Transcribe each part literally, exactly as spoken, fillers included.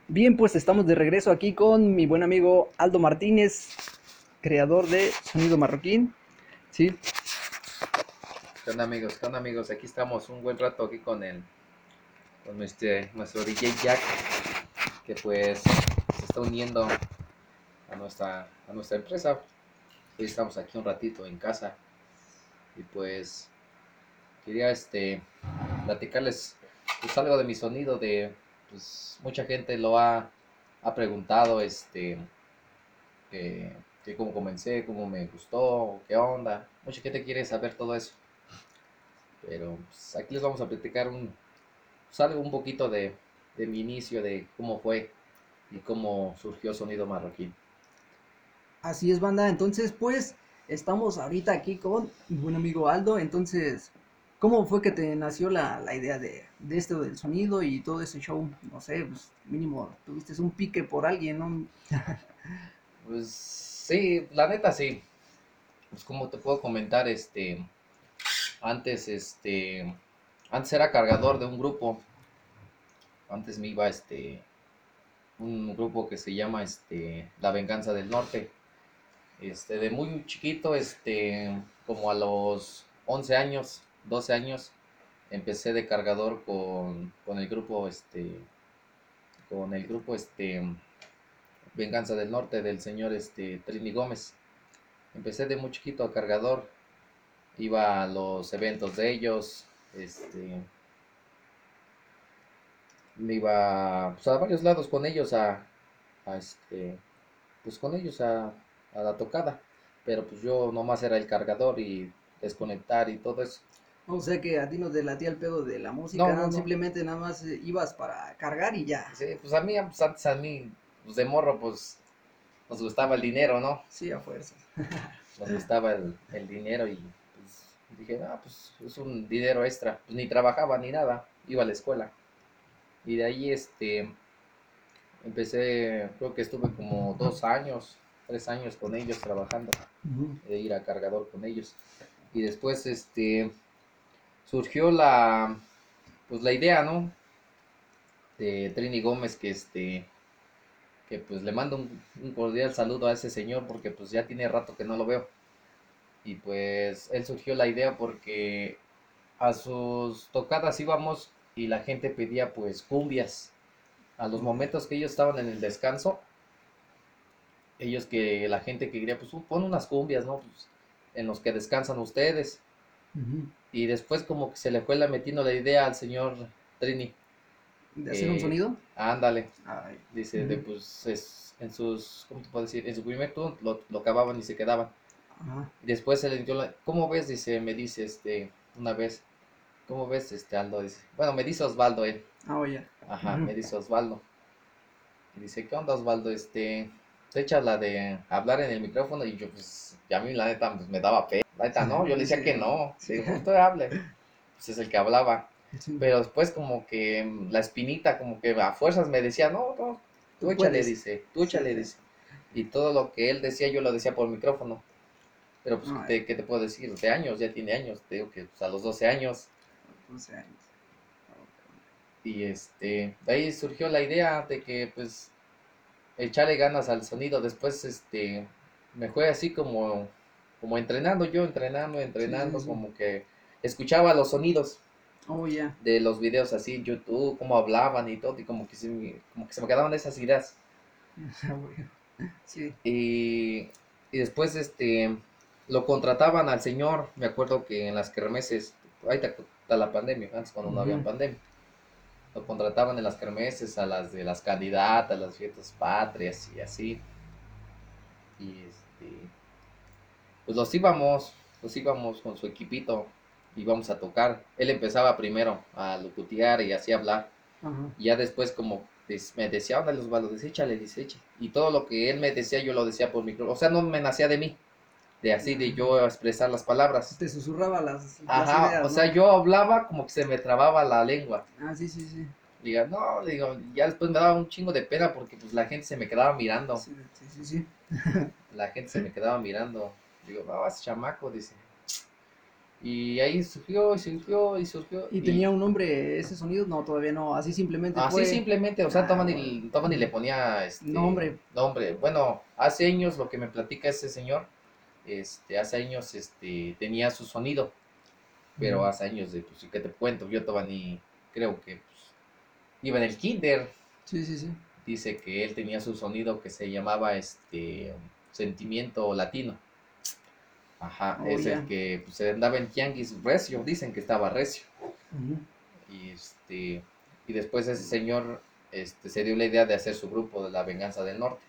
Bien, pues estamos de regreso aquí con mi buen amigo Aldo Martínez, creador de Sonido Marroquín. Sí, ¿Qué onda amigos? ¿Qué onda amigos? Aquí estamos un buen rato aquí con el con este, nuestro D J Jack, que pues se está uniendo a nuestra, a nuestra empresa. Hoy estamos aquí un ratito en casa y pues quería este platicarles pues algo de mi sonido de pues mucha gente lo ha, ha preguntado este que, que cómo comencé, cómo me gustó, qué onda. Mucha gente quiere saber todo eso, pero pues, aquí les vamos a platicar un sale un poquito de, de mi inicio, de cómo fue y cómo surgió Sonido Marroquín. así es, banda. Entonces, pues estamos ahorita aquí con mi buen amigo Aldo. Entonces, ¿cómo fue que te nació la, la idea de, de esto del sonido y todo ese show? No sé, pues mínimo tuviste un pique por alguien, ¿no? Pues sí, la neta sí. Pues como te puedo comentar, este, antes, este, antes era cargador de un grupo. Antes me iba, este, un grupo que se llama, este, La Venganza del Norte. Este, de muy chiquito, este, como a los once años, doce años, empecé de cargador con, con el grupo, este, con el grupo, este, Venganza del Norte del señor este, Trini Gómez. Empecé de muy chiquito a cargador, iba a los eventos de ellos, este, me iba pues, a varios lados con ellos a, a este, pues con ellos a, a la tocada, pero pues yo nomás era el cargador y desconectar y todo eso. O sea que a ti no te latía el pedo de la música, No, no, ¿no? no. Simplemente nada más eh, ibas para cargar y ya. Sí, pues a mí, pues antes a mí, pues de morro, pues nos gustaba el dinero, ¿no? Sí, a fuerzas. Nos gustaba el, el dinero y pues dije, ah, pues es un dinero extra. Pues ni trabajaba ni nada, iba a la escuela. Y de ahí este, empecé, creo que estuve como dos años, tres años con ellos trabajando, Ujú. de ir a cargador con ellos. Y después este, surgió la, pues la idea, ¿no? De Trini Gómez que este, que pues le mando un, un cordial saludo a ese señor porque pues ya tiene rato que no lo veo. Y pues él surgió la idea porque a sus tocadas íbamos y la gente pedía pues cumbias. A los Oh, ya. momentos que ellos estaban en el descanso, ellos que la gente que quería pues uh, pon unas cumbias, ¿no? Pues, en los que descansan ustedes. Ujú. Y después como que se le fue la metiendo la idea al señor Trini, ¿De hacer un que sonido? ándale, Ay. dice, de Ujú. pues es, en sus, ¿cómo te puedo decir? En su primer tour lo, lo acababan y se quedaban. Ajá. Y después se le dio la, ¿cómo ves? Dice, me dice este, una vez, ¿cómo ves este Aldo? Dice, bueno, me dice Osvaldo él. Ah, oye. Ajá, Ujú. me dice Osvaldo. Y dice, ¿qué onda Osvaldo? Este, te echas la de hablar en el micrófono y yo pues, ya a mí la neta pues, me daba pena. La neta no, yo le decía Sí, que no. no. Sí. Le digo, usted hable. Pues es el que hablaba. Sí. Pero después como que mm, la espinita como que a fuerzas me decía, no, no, tú Tú échale, puedes. dice, tú Sí, échale, sí. dice. Y todo lo que él decía yo lo decía por micrófono. Pero pues, ¿qué Ay, te, qué te puedo decir? De años, ya tiene años. Te digo que pues, a los doce años. doce años. Y este, de ahí surgió la idea de que pues echarle ganas al sonido. Después, este, me fue así como, como entrenando yo, entrenando, Sí, sí, entrenando, sí. como que escuchaba los sonidos Oh, ya. de los videos así en YouTube, cómo hablaban y todo, y como que se me, como que se me quedaban esas ideas. Ah, bueno. Sí. Y, y después, este, lo contrataban al señor, me acuerdo que en las kermeses, ahí está, está la pandemia, antes cuando no había Ujú. pandemia. Lo contrataban en las kermeses a las de las candidatas, las fiestas patrias y así. Y este, pues los íbamos, los íbamos con su equipito, íbamos a tocar. Él empezaba primero a locutear y así hablar. Ajá. Y ya después como des- me decía, ándale Osvaldo, deséchale, deséchale. Y todo lo que él me decía, yo lo decía por micro. O sea, no me nacía de mí, de así, de yo expresar las palabras. Te susurraba las, las Ajá, o ideas, sea, ¿no? yo hablaba como que se me trababa la lengua. Ah, sí, sí, sí. Diga, no, digo, ya después me daba un chingo de pena porque pues la gente se me quedaba mirando. Sí, sí, sí, sí. La gente se me quedaba mirando. Digo, no, ese chamaco, dice. Y ahí surgió y surgió y surgió. ¿Y Y tenía un nombre ese sonido? No, todavía no, así simplemente así fue. simplemente, o sea, Ah, todavía bueno. ni, todavía ni le Ujú. ponía este Nombre. nombre. Bueno, hace años lo que me platica ese señor, este, hace años este, tenía su sonido, pero Ujú. hace años de, pues, ¿qué te cuento? Yo todavía ni, creo que pues, iba en el kinder. Sí, sí, sí. Dice que él tenía su sonido que se llamaba este sentimiento latino. Ajá, Oh, es el ya. que pues, se andaba en tianguis recio, dicen que estaba recio. Ujú. Y este y después ese señor este, se dio la idea de hacer su grupo de la Venganza del Norte.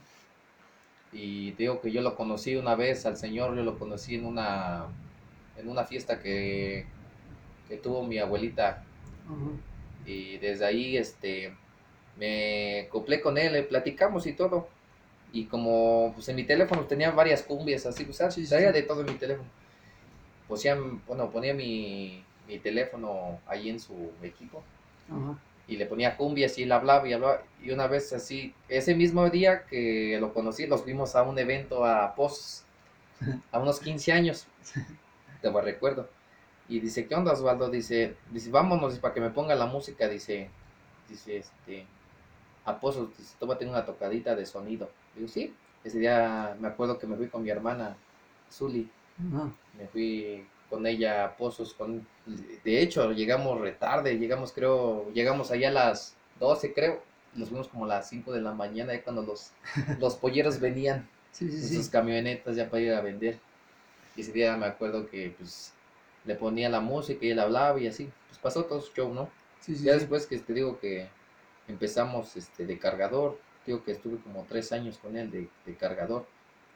Y digo que yo lo conocí una vez al señor, yo lo conocí en una en una fiesta que, que tuvo mi abuelita. Ujú. Y desde ahí este me acoplé con él, le platicamos y todo. Y como pues en mi teléfono tenía varias cumbias así, o sea, Sí, sí, traía sí. de todo en mi teléfono. Ponía, bueno, ponía mi, mi teléfono ahí en su equipo Ajá. y le ponía cumbias y él hablaba y hablaba. Y una vez así, ese mismo día que lo conocí, los fuimos a un evento a Pozos, a unos quince años, te lo recuerdo. Y dice, ¿qué onda, Osvaldo? Dice, dice, vámonos para que me ponga la música. Dice, dice, este, a Pozos, dice, tómate una tocadita de sonido. Digo, sí. Ese día me acuerdo que me fui con mi hermana, Zuli. Ajá. Me fui con ella a Pozos. Con... De hecho, llegamos retarde, llegamos, creo, llegamos allá a las doce creo. Nos fuimos como a las cinco de la mañana, ahí cuando los, los polleros venían Sí, sí, en sus sí. camionetas ya para ir a vender. Y ese día me acuerdo que pues le ponía la música y él hablaba y así. Pues pasó todo su show, ¿no? Sí, sí, Ya sí. después que te digo que empezamos este, de cargador, digo que estuve como tres años con él de, de cargador.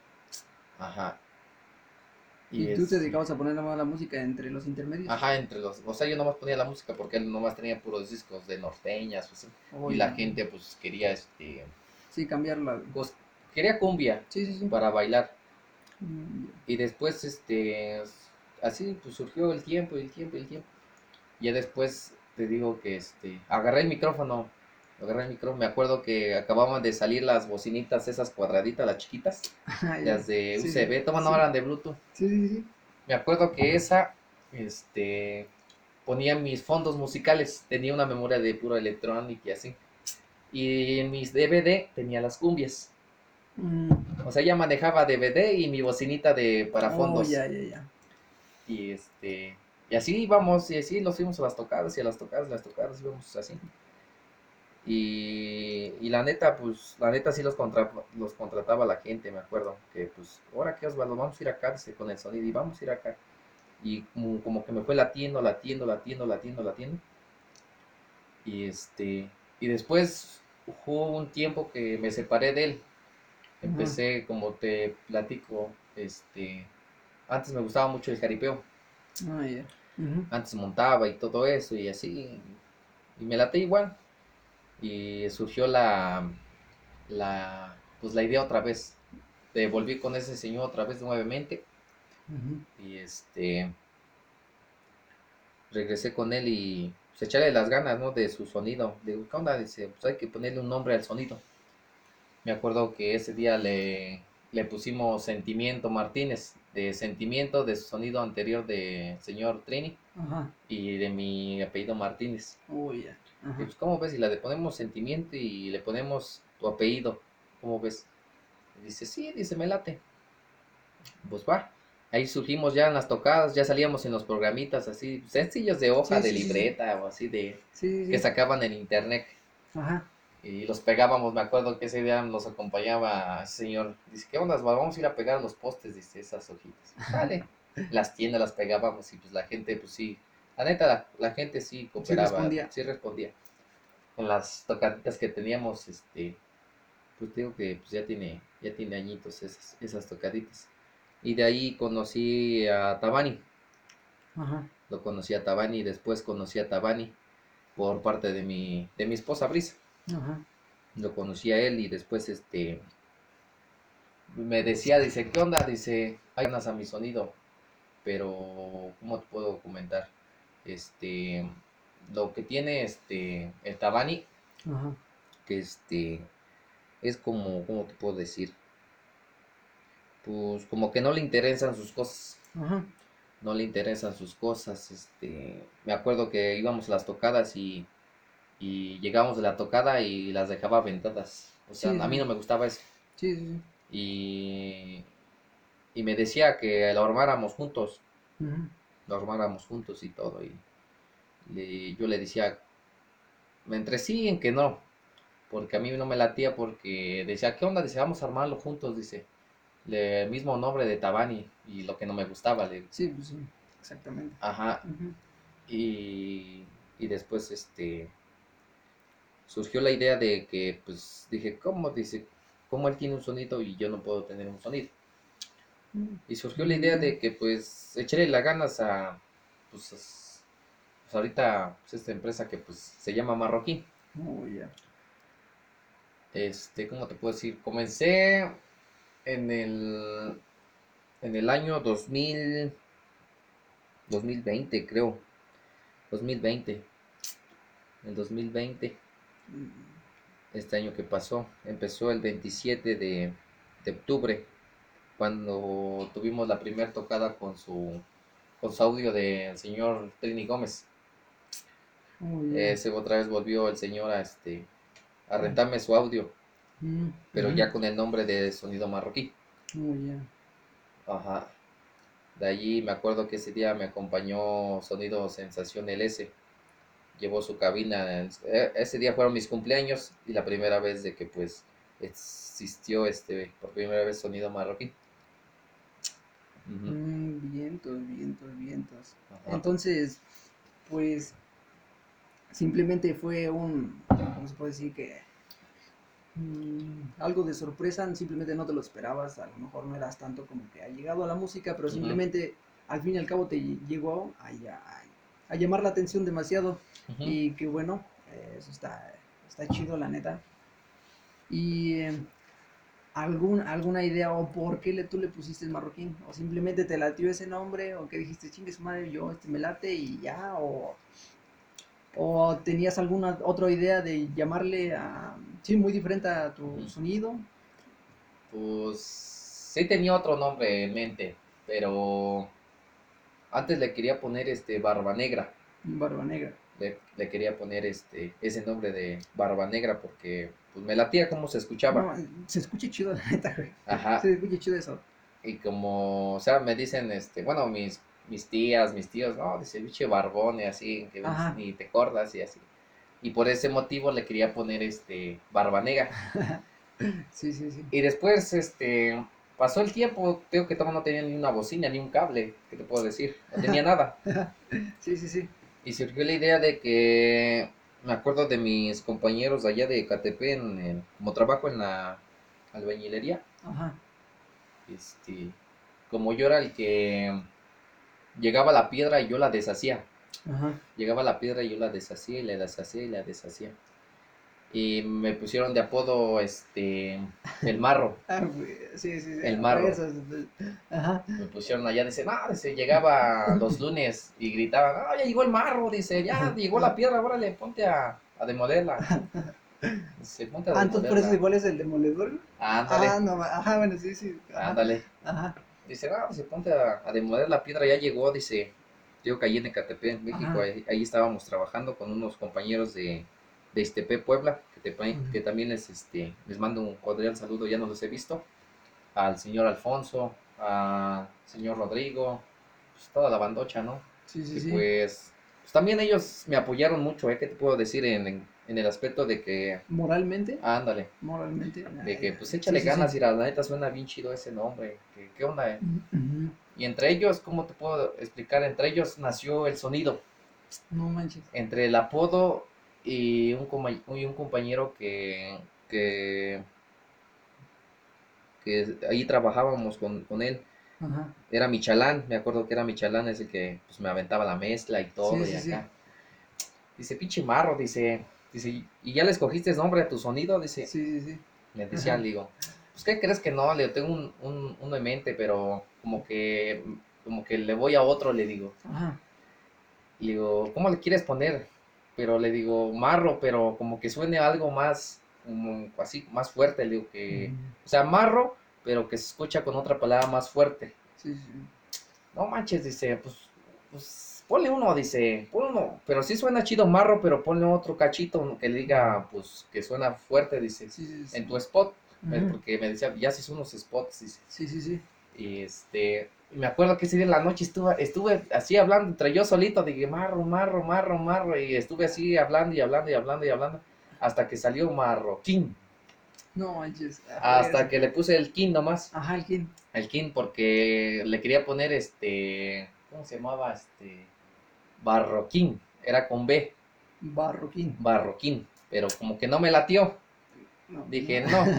Ajá. ¿Y Y tú te este, dedicabas a poner la, la música entre los intermedios? ajá, entre los, o sea, yo nomás ponía la música porque él nomás tenía puros discos de norteñas, o sea, Oh, y ya. la gente pues quería, este, Sí, cambiarla. pues, quería cumbia Sí, sí, sí. para bailar. Mm, ya. Y después, este, así pues surgió el tiempo, el tiempo, el tiempo. Y ya después te digo que, este, agarré el micrófono, agarré el micrófono, me acuerdo que acababan de salir las bocinitas esas cuadraditas, las chiquitas, Ah, ya. las de Sí, sí, U S B, toman no sí. eran de Bluetooth. Sí, sí, sí. Me acuerdo que esa, este, ponía mis fondos musicales, tenía una memoria de puro electrónica y así. Y en mis D V D tenía las cumbias. Mm. O sea, ya manejaba D V D y mi bocinita de para Oh, fondos. ya, ya, ya. Y este y así íbamos, y así nos fuimos a las tocadas y a las tocadas, las tocadas íbamos así. Y, y la neta, pues, la neta sí los, contra, los contrataba la gente, me acuerdo. Que pues, ahora que Osvaldo, vamos a ir acá, dice, con el sonido, y vamos a ir acá. Y como, como que me fue latiendo, latiendo, latiendo, latiendo, latiendo. Y este, y después hubo un tiempo que me separé de él. Ajá. Empecé, como te platico, este, antes me gustaba mucho el jaripeo. Ah, ya. Ujú. Antes montaba y todo eso y así. Y me late igual. Y surgió la, la, pues la idea otra vez. De volví con ese señor otra vez nuevamente. Ujú. Y este, regresé con él y pues echarle las ganas, ¿no? De su sonido. Digo, ¿qué onda? Dice, pues hay que ponerle un nombre al sonido. Me acuerdo que ese día le, le pusimos Sentimiento Martínez, de Sentimiento, de su sonido anterior de señor Trini Ajá. y de mi apellido Martínez. Oh, ya. Y Ajá. pues, ¿cómo ves? Si la le ponemos Sentimiento y le ponemos tu apellido, ¿cómo ves? Y dice, sí, dice, me late. Pues va. Ahí surgimos ya en las tocadas, ya salíamos en los programitas así, sencillos de hoja, Sí, de sí, sí, sí. libreta o así de Sí, que sí, sí. sacaban en internet. Ajá. Y los pegábamos, me acuerdo que ese día los acompañaba ese señor. Dice, ¿qué onda? Vamos a ir a pegar a los postes, dice, esas hojitas. Sale. Las tiendas las pegábamos y pues la gente, pues sí. La neta, la, la gente sí Sí cooperaba, respondía. sí respondía. En las tocaditas que teníamos, este, pues digo que pues ya tiene, ya tiene añitos esas, esas tocaditas. Y de ahí conocí a Tabani. Ajá. Lo conocí a Tabani y después conocí a Tabani por parte de mi, de mi esposa Brisa. Ajá. Lo conocí a él y después este me decía, dice, ¿qué onda? Dice, hay ganas a mi sonido, pero ¿cómo te puedo comentar? Este, lo que tiene este el Tabani, Ajá. que este es como, ¿cómo te puedo decir? Pues como que no le interesan sus cosas. Ajá. no le interesan sus cosas. Este, me acuerdo que íbamos a las tocadas y, y llegábamos de la tocada y las dejaba aventadas. O sea, Sí, a mí sí, no me gustaba eso. sí, sí, Y, y me decía que lo armáramos juntos, sí. Ujú. lo armáramos juntos y todo. Y le- yo le decía, entre sí en que no, porque a mí no me latía porque decía, ¿qué onda? Dice, vamos a armarlo juntos, dice. Le- el mismo nombre de Tabani y lo que no me gustaba, le digo. Sí, pues sí, exactamente. Ajá. Ujú. Y, y después este surgió la idea de que, pues, dije, ¿cómo? Dice, ¿cómo él tiene un sonido y yo no puedo tener un sonido? Mm, Y surgió la Muy idea bien. de que, pues, echarle las ganas a, pues, as- pues, ahorita, pues, esta empresa que, pues, se llama Marroquín. Oh, ya. Este, ¿cómo te puedo decir? Comencé en el, en el año dos mil, dos mil veinte, creo, dos mil veinte, el dos mil veinte, Mm, este año que pasó, empezó el veintisiete de, de octubre, cuando tuvimos la primera tocada con su, con su audio del señor Trini Gómez. Oh, ya. Ese otra vez volvió el señor a, este, a Mm, rentarme su audio, mm, pero ujú. ya con el nombre de Sonido Marroquí. Oh, ya. Ajá. De allí me acuerdo que ese día me acompañó Sonido Sensación L S. Llevó su cabina. e- Ese día fueron mis cumpleaños y la primera vez de que pues existió este por primera vez Sonido Marroquí. Ujú. Mm, vientos, vientos, vientos. Ajá. Entonces, pues simplemente fue un, ¿cómo se puede decir? Que mm, algo de sorpresa, simplemente no te lo esperabas, a lo mejor no eras tanto como que ha llegado a la música, pero Ujú, simplemente al fin y al cabo te llegó a, a- a llamar la atención demasiado ujú. y que bueno, eh, eso está, está chido la neta. Y eh, algún, alguna idea o por qué le, tú le pusiste el marroquín, o simplemente te latió ese nombre, o que dijiste, chingue su madre, yo este me late y ya, o, o tenías alguna otra idea de llamarle a, sí, muy diferente a tu Ujú. sonido. Pues sí tenía otro nombre en mente, pero antes le quería poner este Barba Negra. Barba Negra. Le, le quería poner este ese nombre de Barba Negra porque pues me latía cómo se escuchaba. No, se escucha chido, la neta, güey. Ajá. Se escucha chido eso. Y como, o sea, me dicen, este, bueno, mis, mis tías, mis tíos, no, dice, biche barbón y así, que ves, Ajá. ni te cordas y así. Y por ese motivo le quería poner, este, Barba Negra. Sí, sí, sí. Y después, este, pasó el tiempo, tengo que todavía no tenía ni una bocina, ni un cable, ¿qué te puedo decir? No tenía nada. Sí, sí, sí. Y surgió la idea de que, me acuerdo de mis compañeros de allá de Catepec, en el- como trabajo en la albañilería, Ajá. este, como yo era el que llegaba la piedra y yo la deshacía. Ajá. Llegaba la piedra y yo la deshacía y la deshacía y la deshacía. Y me pusieron de apodo este el marro, Ah, güey. Sí, sí, sí. el A marro. fuerzas. Ajá. Me pusieron allá, dice, no, dice, llegaba los lunes y gritaban, ah, ya llegó el marro, dice, ya llegó la piedra, órale, ponte a, a demolerla. Dice, ponte a Ah, entonces por eso demolerla. igual es el demoledor. Ah, Ándale, no, ajá, bueno, sí, sí. Ajá. ándale. Ajá. Dice, no, dice, ponte a, a demoler la piedra, ya llegó, dice, digo que allí en Ecatepec, en México, Ajá. ahí, ahí estábamos trabajando con unos compañeros de, de Ixtepec, Puebla, que, te- Ujú. que también les, este, les mando un cordial saludo, ya no los he visto, al señor Alfonso, al señor Rodrigo, pues toda la bandocha, ¿no? Sí, sí, Que sí. pues, pues también ellos me apoyaron mucho, ¿eh? ¿Qué te puedo decir en, en, en el aspecto de que, Moralmente. ándale, Moralmente. de que eh, pues Sí, échale sí, sí. ganas y la neta suena bien chido ese nombre, que, ¿qué onda, eh? Ujú. Y entre ellos, ¿cómo te puedo explicar? Entre ellos nació el sonido, No manches. entre el apodo y un, coma- y un compañero que, que, que ahí trabajábamos con, con él. Ajá. Era Michalán, me acuerdo que era Michalán, es el que pues, me aventaba la mezcla y Sí, todo y sí, sí. acá. Dice, pinche marro, dice, dice, ¿y ya le escogiste nombre a tu sonido? Dice, Sí, sí, sí. me decían, Ajá. digo, pues ¿qué crees que no? Le digo, tengo un, un, uno en mente, pero como que, como que le voy a otro, le digo. Ajá. Le digo, ¿cómo le quieres poner? Pero le digo, marro, pero como que suene algo más, como así, más fuerte. Le digo que, Ujú. o sea, marro, pero que se escucha con otra palabra más fuerte. Sí, sí. no manches, dice, pues, pues ponle uno, dice, ponle uno, pero sí suena chido marro, pero ponle otro cachito ¿no? Que le diga, pues, que suena fuerte, dice, Sí, sí, sí. en tu spot, eh, Ujú. porque me decía, ya se hizo unos spots, dice, Sí, sí, sí. y este, me acuerdo que ese día en la noche estuve, estuve así hablando, entre yo solito, dije, marro, marro, marro, marro, y estuve así hablando y hablando y hablando y hablando, hasta que salió Marroquín, No manches, a hasta fuerza. que le puse el king nomás, Ajá, el quién. el king, porque le quería poner este, ¿cómo se llamaba? Este, Barroquín, era con B, Barroquín. Barroquín, pero como que no me latió, No, pues no. dije no,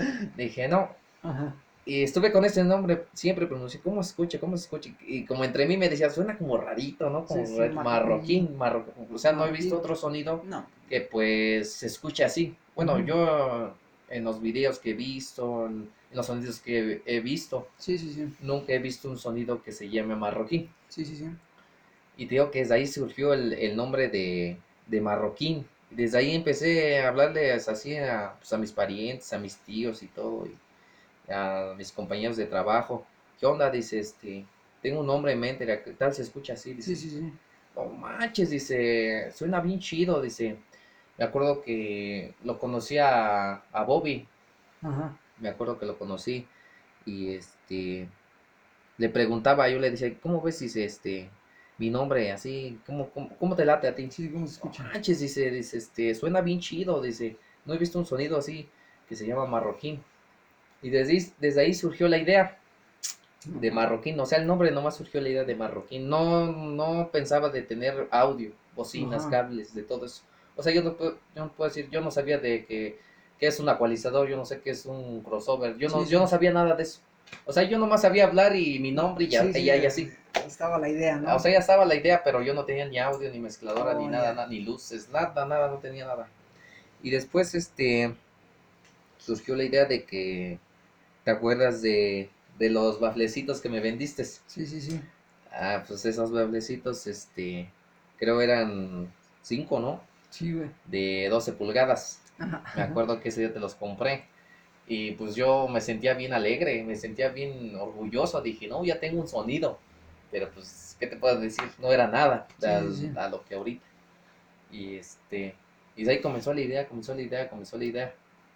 dije no, Ajá. y estuve con ese nombre, siempre pronuncié, ¿cómo se escucha? ¿Cómo se escucha? Y como entre mí me decía, suena como rarito, ¿no? Sí, Como sí, ra- marroquín. marroquín, marro- o sea, no he visto Marroquín. otro sonido No. que pues se escuche así. Bueno, Ujú. yo en los videos que he visto, en los sonidos que he visto, Sí, sí, sí. nunca he visto un sonido que se llame marroquín. Sí, sí, sí. Y te digo que desde ahí surgió el, el nombre de, de marroquín. Y desde ahí empecé a hablarles así a, pues, a mis parientes, a mis tíos y todo. Y a mis compañeros de trabajo. ¿Qué onda? Dice, este, tengo un nombre en mente, ¿qué tal se escucha así? Sí, Dice, sí, sí. no manches, dice, suena bien chido, dice. Me acuerdo que lo conocí a, a Bobby, Ajá. me acuerdo que lo conocí y este, le preguntaba, yo le decía, ¿cómo ves? Dice, este, mi nombre, así, ¿cómo, cómo, cómo te late a ti? Sí, ¿cómo se No escucha? manches, dice, dice, este, suena bien chido, dice, no he visto un sonido así que se llama marroquín. Y desde, ahí- desde ahí surgió la idea No, de man. Marroquín, o sea, el nombre nomás surgió la idea de Marroquín, no, no pensaba de tener audio, bocinas, Ajá. cables, de todo eso. O sea, yo no puedo, yo no puedo decir, yo no sabía de que, qué es un ecualizador, yo no sé qué es un crossover, yo Sí, no, yo sí. no sabía nada de eso. O sea, yo nomás sabía hablar y mi No, nombre y ya, sí, y sí. ya, y eh, así. Estaba la idea, O ¿no? sea, ya estaba la idea, pero yo no tenía ni audio, ni mezcladora, ni Oh, nada, ya. nada, ni luces, nada, nada, no tenía nada. Y después, este, surgió la idea de que, ¿te acuerdas de, de los baflecitos que me vendiste? Sí, sí, sí. Ah, pues esos mueblecitos, este, creo eran cinco, ¿no? Sí, güey. De doce pulgadas. Ajá. Me acuerdo que ese día te los compré. Y pues yo me sentía bien alegre, me sentía bien orgulloso. Dije, no, ya tengo un sonido. Pero pues, ¿qué te puedo decir? No era nada Sí, sí, al- sí. a lo que ahorita. Y este, y de ahí comenzó la idea, comenzó la idea, comenzó la idea.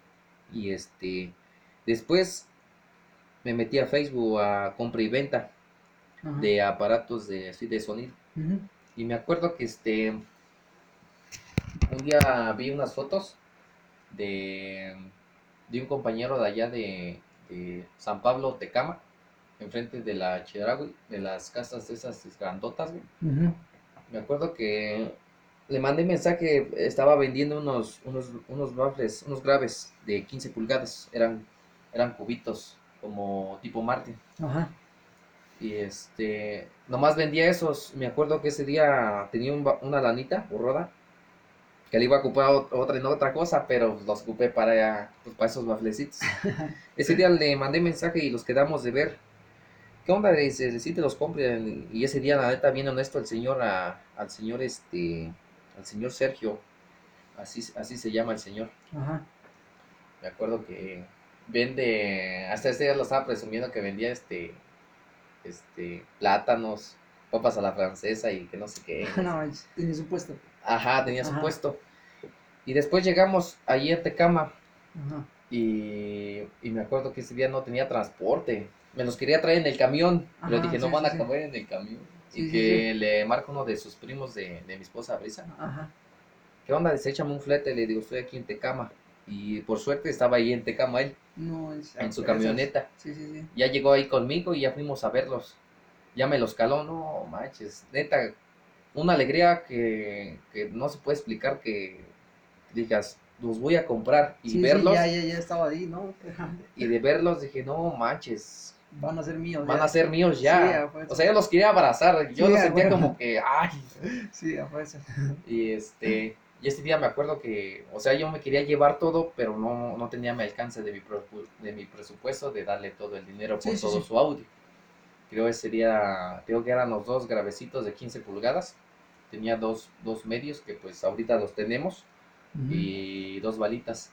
Y este, después me metí a Facebook a compra y venta Ajá. de aparatos de, así de sonido. Ujú. Y me acuerdo que este, un día vi unas fotos de, de un compañero de allá de, de San Pablo, Tecama, enfrente de la Chedraui, de las casas esas grandotas, güey. Ujú. Me acuerdo que le mandé mensaje, estaba vendiendo unos, unos, unos baffles, unos graves de quince pulgadas, eran, eran cubitos, como tipo Martin. Ajá. Y este, nomás vendía esos. Me acuerdo que ese día tenía un ba- una lanita borrada que le iba a ocupar ot- otra en otra cosa, pero los ocupé para, pues, para esos baflecitos. Ese día le mandé mensaje y los quedamos de ver. ¿Qué onda? Dice, si te los compren. Y ese día, la neta, bien honesto, el señor, a- al señor, este, al señor Sergio, así, así se llama el señor. Ajá. Me acuerdo que vende, hasta ese día lo estaba presumiendo que vendía, este, este, plátanos, papas a la francesa y que no sé qué, y no No, sé. manches, tenía su puesto. Ajá, tenía su Ajá. puesto. Y después llegamos allí a Tecama. Ajá. Y, y me acuerdo que ese día no tenía transporte. Me los quería traer en el camión, pero Ajá. dije, no Sí, van sí, a sí. caber en el camión. Y Sí, sí, sí. que le marco uno de sus primos de, de mi esposa, Brisa. Ajá. ¿Qué onda? Dice, échame un flete. Le digo, estoy aquí en Tecama. Y por suerte estaba ahí en Tecama él, No, es a en su fuerzas. camioneta. Sí, sí, sí. Ya llegó ahí conmigo y ya fuimos a verlos. Ya me los caló, no manches. Neta, una alegría que, que no se puede explicar que digas, los voy a comprar y Sí, sí, ya, verlos. ya, ya estaba ahí, ¿no? Y de verlos dije, no manches, Van a ser míos van a ya. ser míos Sí, ya. a O sea, fuerzas. yo los quería abrazar, yo Sí, los a sentía huevo. como que, ay. Sí, a fuerzas. Y este, y este día me acuerdo que, o sea, yo me quería llevar todo, pero no, no tenía mi alcance de mi, presu- de mi presupuesto de darle todo el dinero Sí, por sí, todo sí. su audio. Creo ese día, creo que eran los dos gravecitos de quince pulgadas. Tenía dos, dos medios que pues ahorita los tenemos Ujú. y dos balitas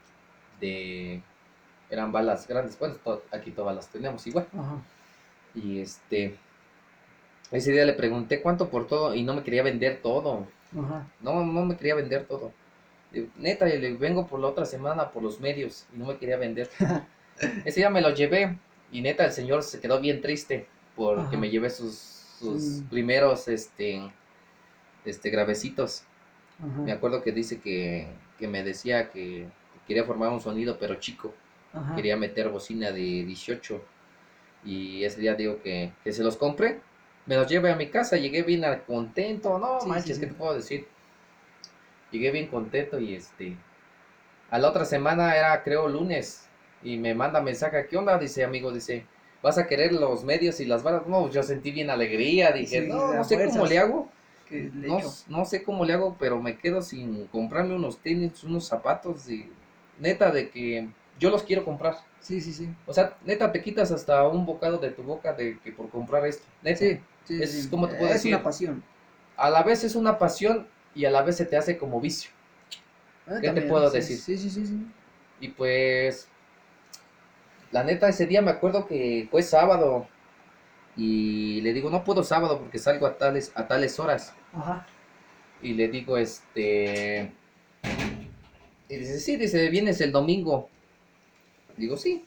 de, eran balas grandes. Bueno, to- aquí todas las tenemos igual. Ajá. Y este, Ese día le pregunté cuánto por todo y no me quería vender todo. Ajá. No, no me quería vender todo. Digo, neta, le vengo por la otra semana por los medios y no me quería vender. Ese día me lo llevé y neta el señor se quedó bien triste porque me Ajá. llevé sus, sus Sí. primeros este, este gravecitos. Me Ajá. acuerdo que dice que, que me decía que quería formar un sonido pero chico. Ajá. Quería meter bocina de dieciocho y ese día digo que, que se los compré. Me los llevé a mi casa, llegué bien al- contento, no Sí, sí, manches, ¿qué sí. te puedo decir? Llegué bien contento y este, a la otra semana era creo lunes y me manda mensaje, ¿qué onda? Dice amigo, dice, ¿vas a querer los medios y las balas? No, yo sentí bien alegría, dije, Sí, no, de no a sé cómo le fuerzas. hago, Que le no, echo. no sé cómo le hago, pero me quedo sin comprarme unos tenis, unos zapatos y neta de que yo los quiero comprar. Sí, sí, sí. O sea, neta te quitas hasta un bocado de tu boca de que por comprar esto, neta. Sí, sí, sí, Es sí. como te puedo Es una decir, pasión. a la vez es una pasión y a la vez se te hace como vicio. Ah, ¿Qué te también, puedo sí, decir? sí, sí, sí, sí. Y pues la neta, ese día me acuerdo que fue sábado y le digo, no puedo sábado porque salgo a tales, a tales horas. Ajá. Y le digo, este... Y dice, sí, dice, vienes el domingo. Digo, sí.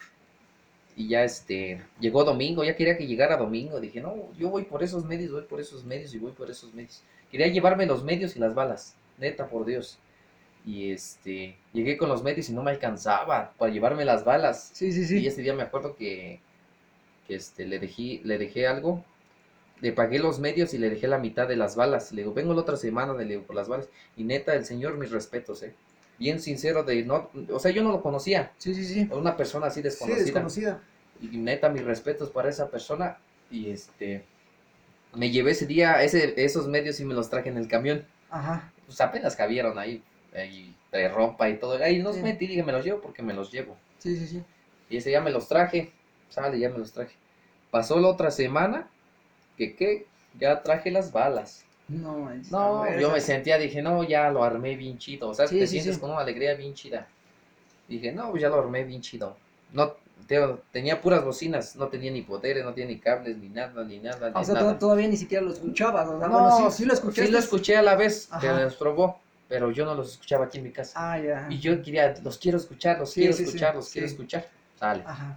Y ya, este, llegó domingo, ya quería que llegara domingo. Dije, no, yo voy por esos medios, voy por esos medios y voy por esos medios. Quería llevarme los medios y las balas, neta, por Dios. Y este, llegué con los medios y no me alcanzaba para llevarme las balas. Sí, sí, Y sí. ese día me acuerdo que, que este, le dejé, le dejé algo. Le pagué los medios y le dejé la mitad de las balas. Le digo, vengo la otra semana, le digo, por las balas. Y neta, el señor, mis respetos, eh. Bien sincero de no, o sea, yo no lo conocía. Sí, sí, sí. Era una persona así Sí, desconocida. desconocida. Y neta, mis respetos para esa persona. Y este, me llevé ese día, ese, esos medios y me los traje en el camión. Ajá. Pues apenas cabieron ahí, ahí de ropa y todo. Ahí los Sí, metí, dije, me los llevo porque me los llevo. sí, sí, sí. Y ese día me los traje. Sale, ya me los traje. Pasó la otra semana que, ¿qué? Ya traje las balas. No manches, a No, yo me fuerzas. sentía, dije, no, ya lo armé bien chido. O sea, Sí, te sí, sientes sí. con una alegría bien chida. Dije, no, pues ya lo armé bien chido. No, te- tenía puras bocinas, no tenía ni poderes, no tenía ni cables, ni nada, ni nada, Ah, o ni sea, to- nada. todavía ni siquiera lo escuchabas. O sea, bueno, No, sí, sí s- lo sí lo escuchaste. escuché a la vez que me Ajá. los probó, pero yo no los escuchaba aquí en mi casa. Ah, ya. Y yo quería, los quiero escuchar, los Sí, quiero sí, sí. escuchar, los quiero Sí. escuchar. Sale. Ajá.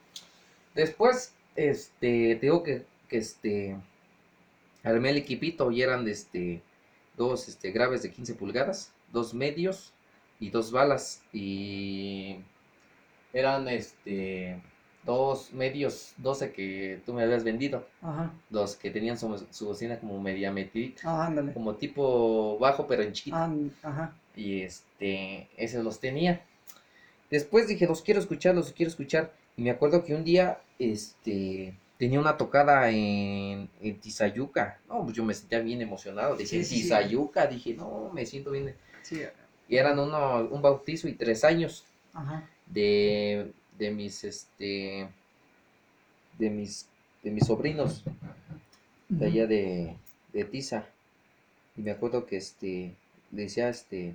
Después, este, te digo que, que este, armé el equipito y eran, este, dos, este, graves de quince pulgadas, dos medios y dos balas. Y eran, este, dos medios doce que tú me habías vendido. Ajá. Los que tenían su, su bocina como media metidita, Ah, ándale. como tipo bajo pero en chiquito. Ah, ajá. Y este, esos los tenía. Después dije, los quiero escuchar, los quiero escuchar. Y me acuerdo que un día, este, tenía una tocada en, en Tizayuca. No, pues yo me sentía bien emocionado. Dije, Sí, en sí, sí. Tizayuca, dije, no, me siento bien. Sí. Y eran uno, un bautizo y tres años Ajá. de, de mis, este, de mis, de mis sobrinos de Ujú. allá de, de Tiza. Y me acuerdo que este, le decía este,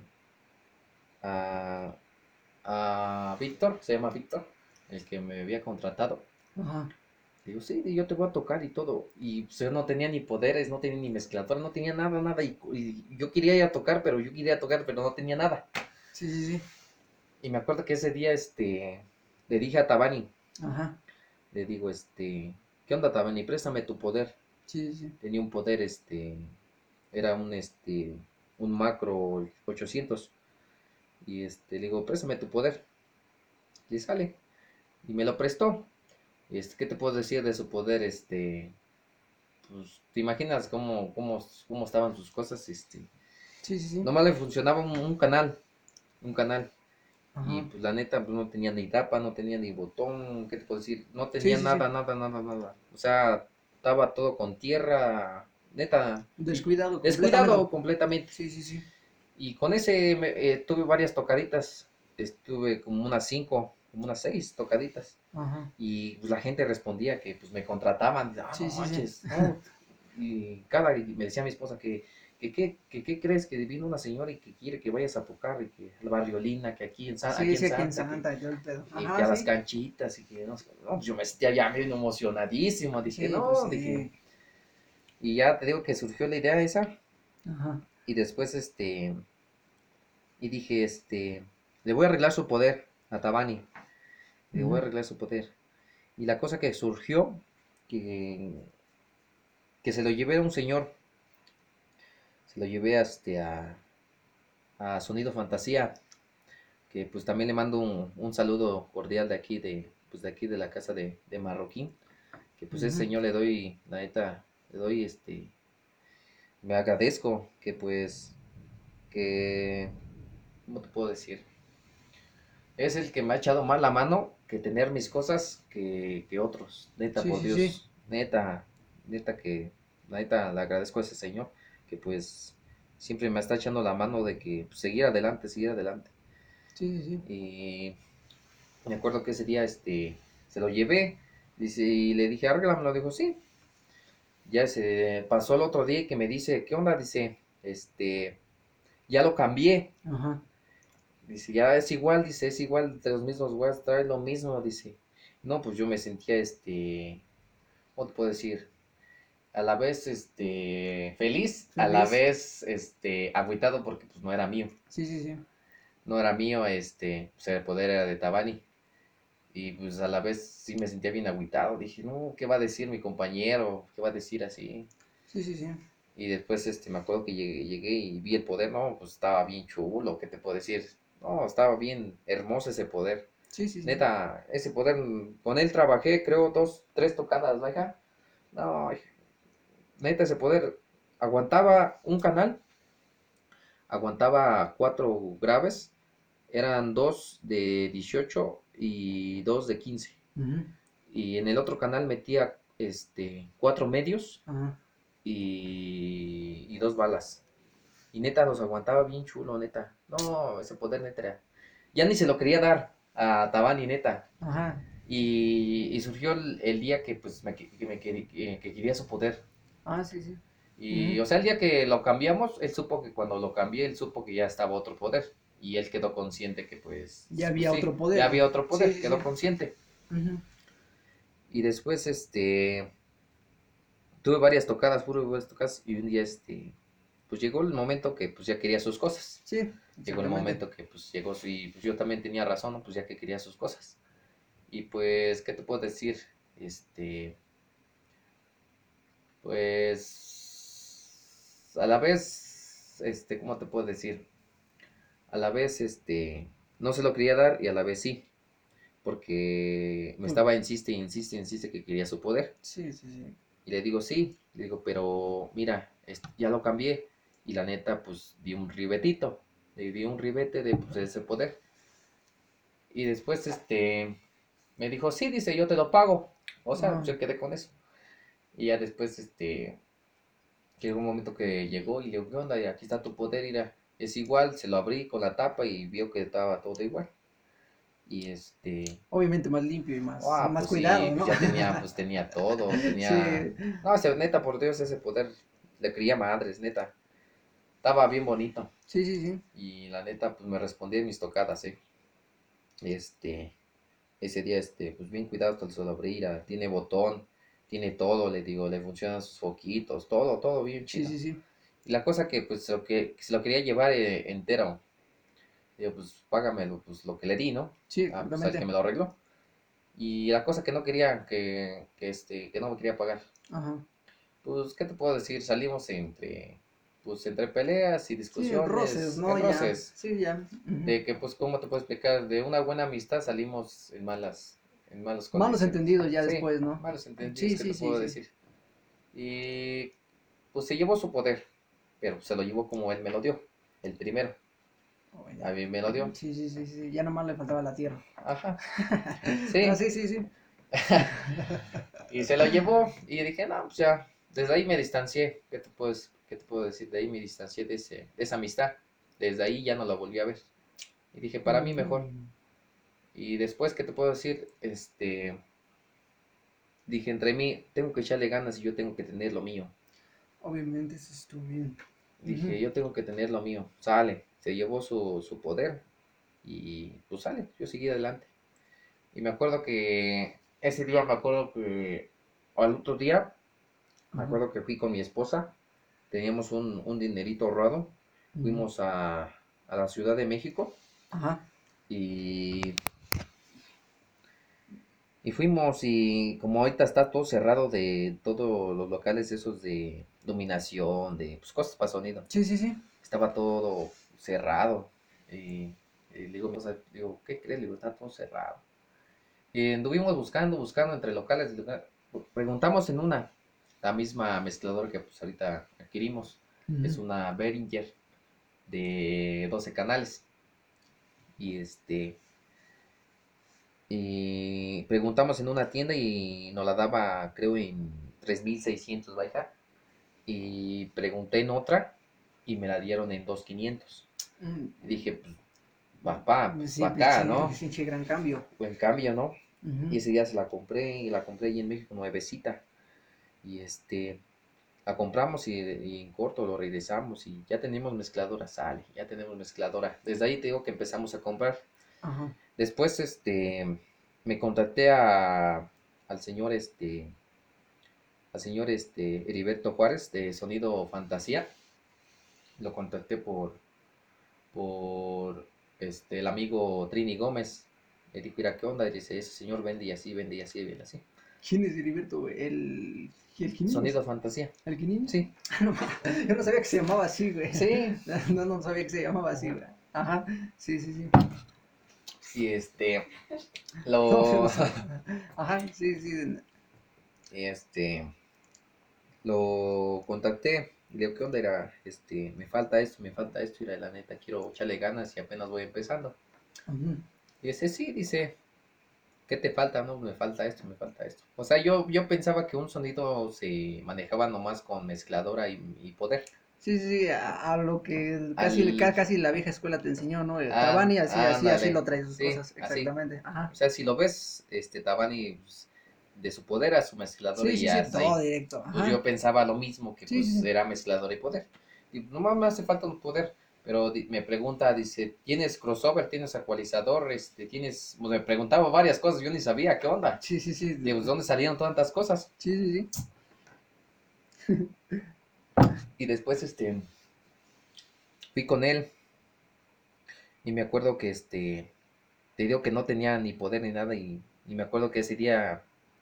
a, a Víctor, se llama Víctor, el que me había contratado. Ajá. Digo, sí, yo te voy a tocar y todo. Y pues, yo no tenía ni poderes, no tenía ni mezcladora, no tenía nada, nada. Y, y yo quería ir a tocar, pero yo quería tocar, pero no tenía nada. Sí, sí, sí. Y me acuerdo que ese día, este, le dije a Tabani, Ajá. le digo, este, ¿qué onda Tabani? Préstame tu poder. Sí, sí, sí. Tenía un poder, este, era un, este, un macro ochocientos. Y este, le digo, préstame tu poder. Y sale. Y me lo prestó. Este, ¿qué te puedo decir de su poder? Este, pues, ¿te imaginas cómo, cómo, cómo estaban sus cosas? Este, Sí, sí, sí. nomás le funcionaba un, un canal, un canal. Y Ajá. pues la neta, pues no tenía ni tapa, no tenía ni botón, ¿qué te puedo decir? No Sí, tenía sí, sí. nada, nada, nada, nada. O sea, estaba todo con tierra, neta, y Descuidado completamente. descuidado completamente. Sí, sí, sí. Y con ese me- eh, tuve varias tocaditas, estuve como unas cinco, como unas seis tocaditas. Ajá. Y pues la gente respondía que pues me contrataban, ah, Sí, no sí, sí. manches, no. Y cada, y me decía mi esposa que, que, que, que, ¿qué crees? Que vino una señora y que quiere que vayas a tocar y que al barriolina, que aquí en, Sa- Sí, aquí en sí, aquí en Santa, que, Santa y todo el pedo. y que Ajá, a las sí. canchitas y que no sé, no, pues yo me sentía ya bien emocionadísimo, dije, Sí, pues no, dije, sí. Y ya te digo que surgió la idea esa. Ajá. Y después, este, y dije, este, le voy a arreglar su poder a Tabani. Le voy a Ujú, arreglar su poder. Y la cosa que surgió, que, que se lo llevé a un señor, se lo llevé este, a, a Sonido Fantasía, que pues también le mando un, un saludo cordial de aquí, de, pues de aquí de la casa de, de Marroquín, que pues ese ujú. señor le doy, la neta, le doy este, me agradezco que pues, que, ¿cómo te puedo decir? Es el que me ha echado más la mano que tener mis cosas que, que otros. Neta, Sí, por sí, sí. Dios. Neta, neta que, neta, le agradezco a ese señor que pues siempre me está echando la mano de que pues, seguir adelante, seguir adelante. Sí, sí, sí. Y me acuerdo que ese día este, se lo llevé, dice, y le dije, arréglamelo, dijo, sí. Ya se pasó el otro día y que me dice, ¿qué onda? Dice, este, ya lo cambié. Ajá. Dice, ya es igual, dice, es igual de los mismos güeyes, trae lo mismo, dice. No, pues yo me sentía, este, ¿cómo te puedo decir? A la vez, este, feliz, a la Feliz. vez, este, agüitado porque pues no era mío. Sí, sí, sí. No era mío, este, pues el poder era de Tabani. Y pues a la vez sí me sentía bien agüitado. Dije, no, ¿qué va a decir mi compañero? ¿Qué va a decir así? Sí, sí, sí. Y después, este, me acuerdo que llegué, llegué y vi el poder, no, pues estaba bien chulo, ¿qué te puedo decir? No, estaba bien hermoso ese poder. Sí, sí, sí. Neta, ese poder, con él trabajé, creo, dos, tres tocadas, ¿verdad? No, neta, ese poder aguantaba un canal, aguantaba cuatro graves, eran dos de dieciocho y dos de quince. Ujú. Y en el otro canal metía este, cuatro medios Ajá. y, y dos balas. Y neta, los aguantaba bien chulo, neta. No, ese poder neta era. Ya ni se lo quería dar a Tabani, neta. Ajá. Y, y surgió el, el día que pues me, que, me queri- que, que quería su poder. Ah, sí, sí. Y Ujú. o sea, el día que lo cambiamos, él supo que cuando lo cambié, él supo que ya estaba otro poder. Y él quedó consciente que pues, Ya pues había sí, otro ya poder. había otro Sí, poder, sí, sí. quedó consciente. Ujú. Y después, este, tuve varias tocadas, puras varias tocadas, y un día, este, pues llegó el momento que pues ya quería sus cosas. Sí, Llegó el exactamente. momento que pues llegó su, y pues yo también tenía razón, ¿no? Pues ya que quería sus cosas. Y pues, ¿qué te puedo decir? Este, pues, a la vez, este, ¿cómo te puedo decir? A la vez, este, no se lo quería dar y a la vez sí, porque me Por- estaba insiste, insiste, insiste que quería su poder. Sí, sí, sí. Y le digo, sí, le digo, pero mira, este, ya lo cambié. Y la neta, pues, di un ribetito, le di un ribete de pues, ese poder. Y después, este, me dijo, sí, dice, yo te lo pago. O sea, Ah, yo quedé con eso. Y ya después, este, llegó un momento que llegó y le digo, ¿qué onda? Y aquí está tu poder, mira, es igual, se lo abrí con la tapa y vio que estaba todo igual. Y este, obviamente más limpio y más, ah, más pues sí, cuidado, pues ¿no? ya tenía, pues tenía todo, tenía, Sí, no, o sea, neta, por Dios, ese poder le creía madres, neta, estaba bien bonito. sí, sí, sí. Y la neta, pues me respondí en mis tocadas, eh. Este, ese día, este, pues bien cuidado hasta el solo abrir, ah, tiene botón, tiene todo, le digo, le funcionan sus foquitos, todo, todo bien Sí, chido. sí, sí. Y la cosa que, pues, lo que, que se lo quería llevar eh, entero, digo, pues, págamelo, pues, lo que le di, ¿no? Sí, Ah, pues, al que exactamente. me lo arregló. Y la cosa que no quería, que, que, este, que no me quería pagar. Ajá. Pues, ¿qué te puedo decir? Salimos entre, pues, entre peleas y Sí, en roces, discusiones, ¿no? en Ya. roces, Sí, ya. Ujú. de que, pues, ¿cómo te puedo explicar? De una buena amistad salimos en malas, en malas Malos condiciones. entendidos ya Sí, después, ¿no? malos entendidos, Sí, ¿qué te sí, sí, puedo sí. decir? Y, pues, se llevó su poder, pero se lo llevó como él me lo dio, el primero, Oh, a ya. mí me lo dio. Sí, sí, sí, sí. Ya nomás le faltaba la tierra. Ajá, No, sí. sí, sí, sí. Y se lo llevó y dije, no, pues ya, desde ahí me distancié. ¿Qué te puedo, qué te puedo decir? De ahí me distancié de, ese, de esa amistad. Desde ahí ya no la volví a ver. Y dije, para mí mejor. Mm, Y después, ¿qué te puedo decir? Este, dije, entre mí, tengo que echarle ganas y yo tengo que tener lo mío. obviamente eso estuvo bien. Ujú. Dije, yo tengo que tener lo mío. Sale, se llevó su, su poder y pues sale, yo seguí adelante. Y me acuerdo que ese día, me acuerdo que al otro día Me Ajá. acuerdo que fui con mi esposa, teníamos un, un dinerito ahorrado, Ujú. fuimos a, a la Ciudad de México Ajá. y, y fuimos y como ahorita está todo cerrado de todos los locales esos de iluminación, de pues, cosas para sonido, Sí, sí, sí. estaba todo cerrado y, y le digo, pues, digo, ¿qué crees? Le digo, está todo cerrado. Y anduvimos buscando, buscando entre locales, y lugar- preguntamos en una, la misma mezcladora que pues ahorita adquirimos, es Ujú. una Behringer de doce canales. Y este, y preguntamos en una tienda y nos la daba, creo, en tres mil seiscientos baja. Y pregunté en otra y me la dieron en dos mil quinientos. Mm, Y dije, pues, papá, pues Sí, para acá, pinche, ¿no? pinche gran cambio. Buen cambio, ¿no? Ujú. Y ese día se la compré y la compré ahí en México nuevecita. Y este, la compramos y, y en corto lo regresamos y ya tenemos mezcladora, sale, ya tenemos mezcladora. Desde ahí te digo que empezamos a comprar. Ajá. Después, este, me contacté a, al señor, este, al señor, este, Heriberto Juárez de Sonido Fantasía. Lo contacté por, por, este, el amigo Trini Gómez. Le dijo, mira, ¿qué onda? Y dice, ese señor vende y así, vende y así, vende así. ¿Quién es Heriberto, güey? ¿El, el Quininos? Sonido Fantasía. ¿El Quininos? Sí, Yo no sabía que se llamaba así, güey. sí. No, no sabía que se llamaba así, Ajá. güey. Ajá. Sí, sí, sí. Y este, No, yo lo, no sabía. Ajá, sí, sí. este, lo contacté. Y le digo, ¿qué onda? Era, este, me falta esto, me falta esto. Y la neta, quiero echarle ganas y apenas voy empezando. Ujú. Y dice, sí, dice, ¿qué te falta? No, me falta esto, me falta esto. O sea, yo, yo pensaba que un sonido se manejaba nomás con mezcladora y, y poder. Sí, sí, sí, a, a lo que casi, ca- Al, casi la vieja escuela te enseñó, ¿no? Eh, an- Tabani así, así, así lo ándale, trae sus sí, cosas, así. exactamente. Ajá. O sea, si lo ves, este, Tabani, pues, de su poder a su mezcladora Sí, y sí, sí, hasta ahí. todo directo. Pues yo Ajá. pensaba lo mismo, que Sí, sí, pues sí. era mezcladora y poder. Y no más me hace falta un poder. Pero di- me pregunta, dice, ¿tienes crossover? ¿Tienes ecualizador? Este, ¿tienes...? Pues me preguntaba varias cosas, yo ni sabía, ¿qué onda? Sí, sí, sí. Digo, ¿de dónde salieron tantas cosas? Sí, sí, sí. Y después, este, fui con él y me acuerdo que, este, te digo que no tenía ni poder ni nada y, y me acuerdo que ese día,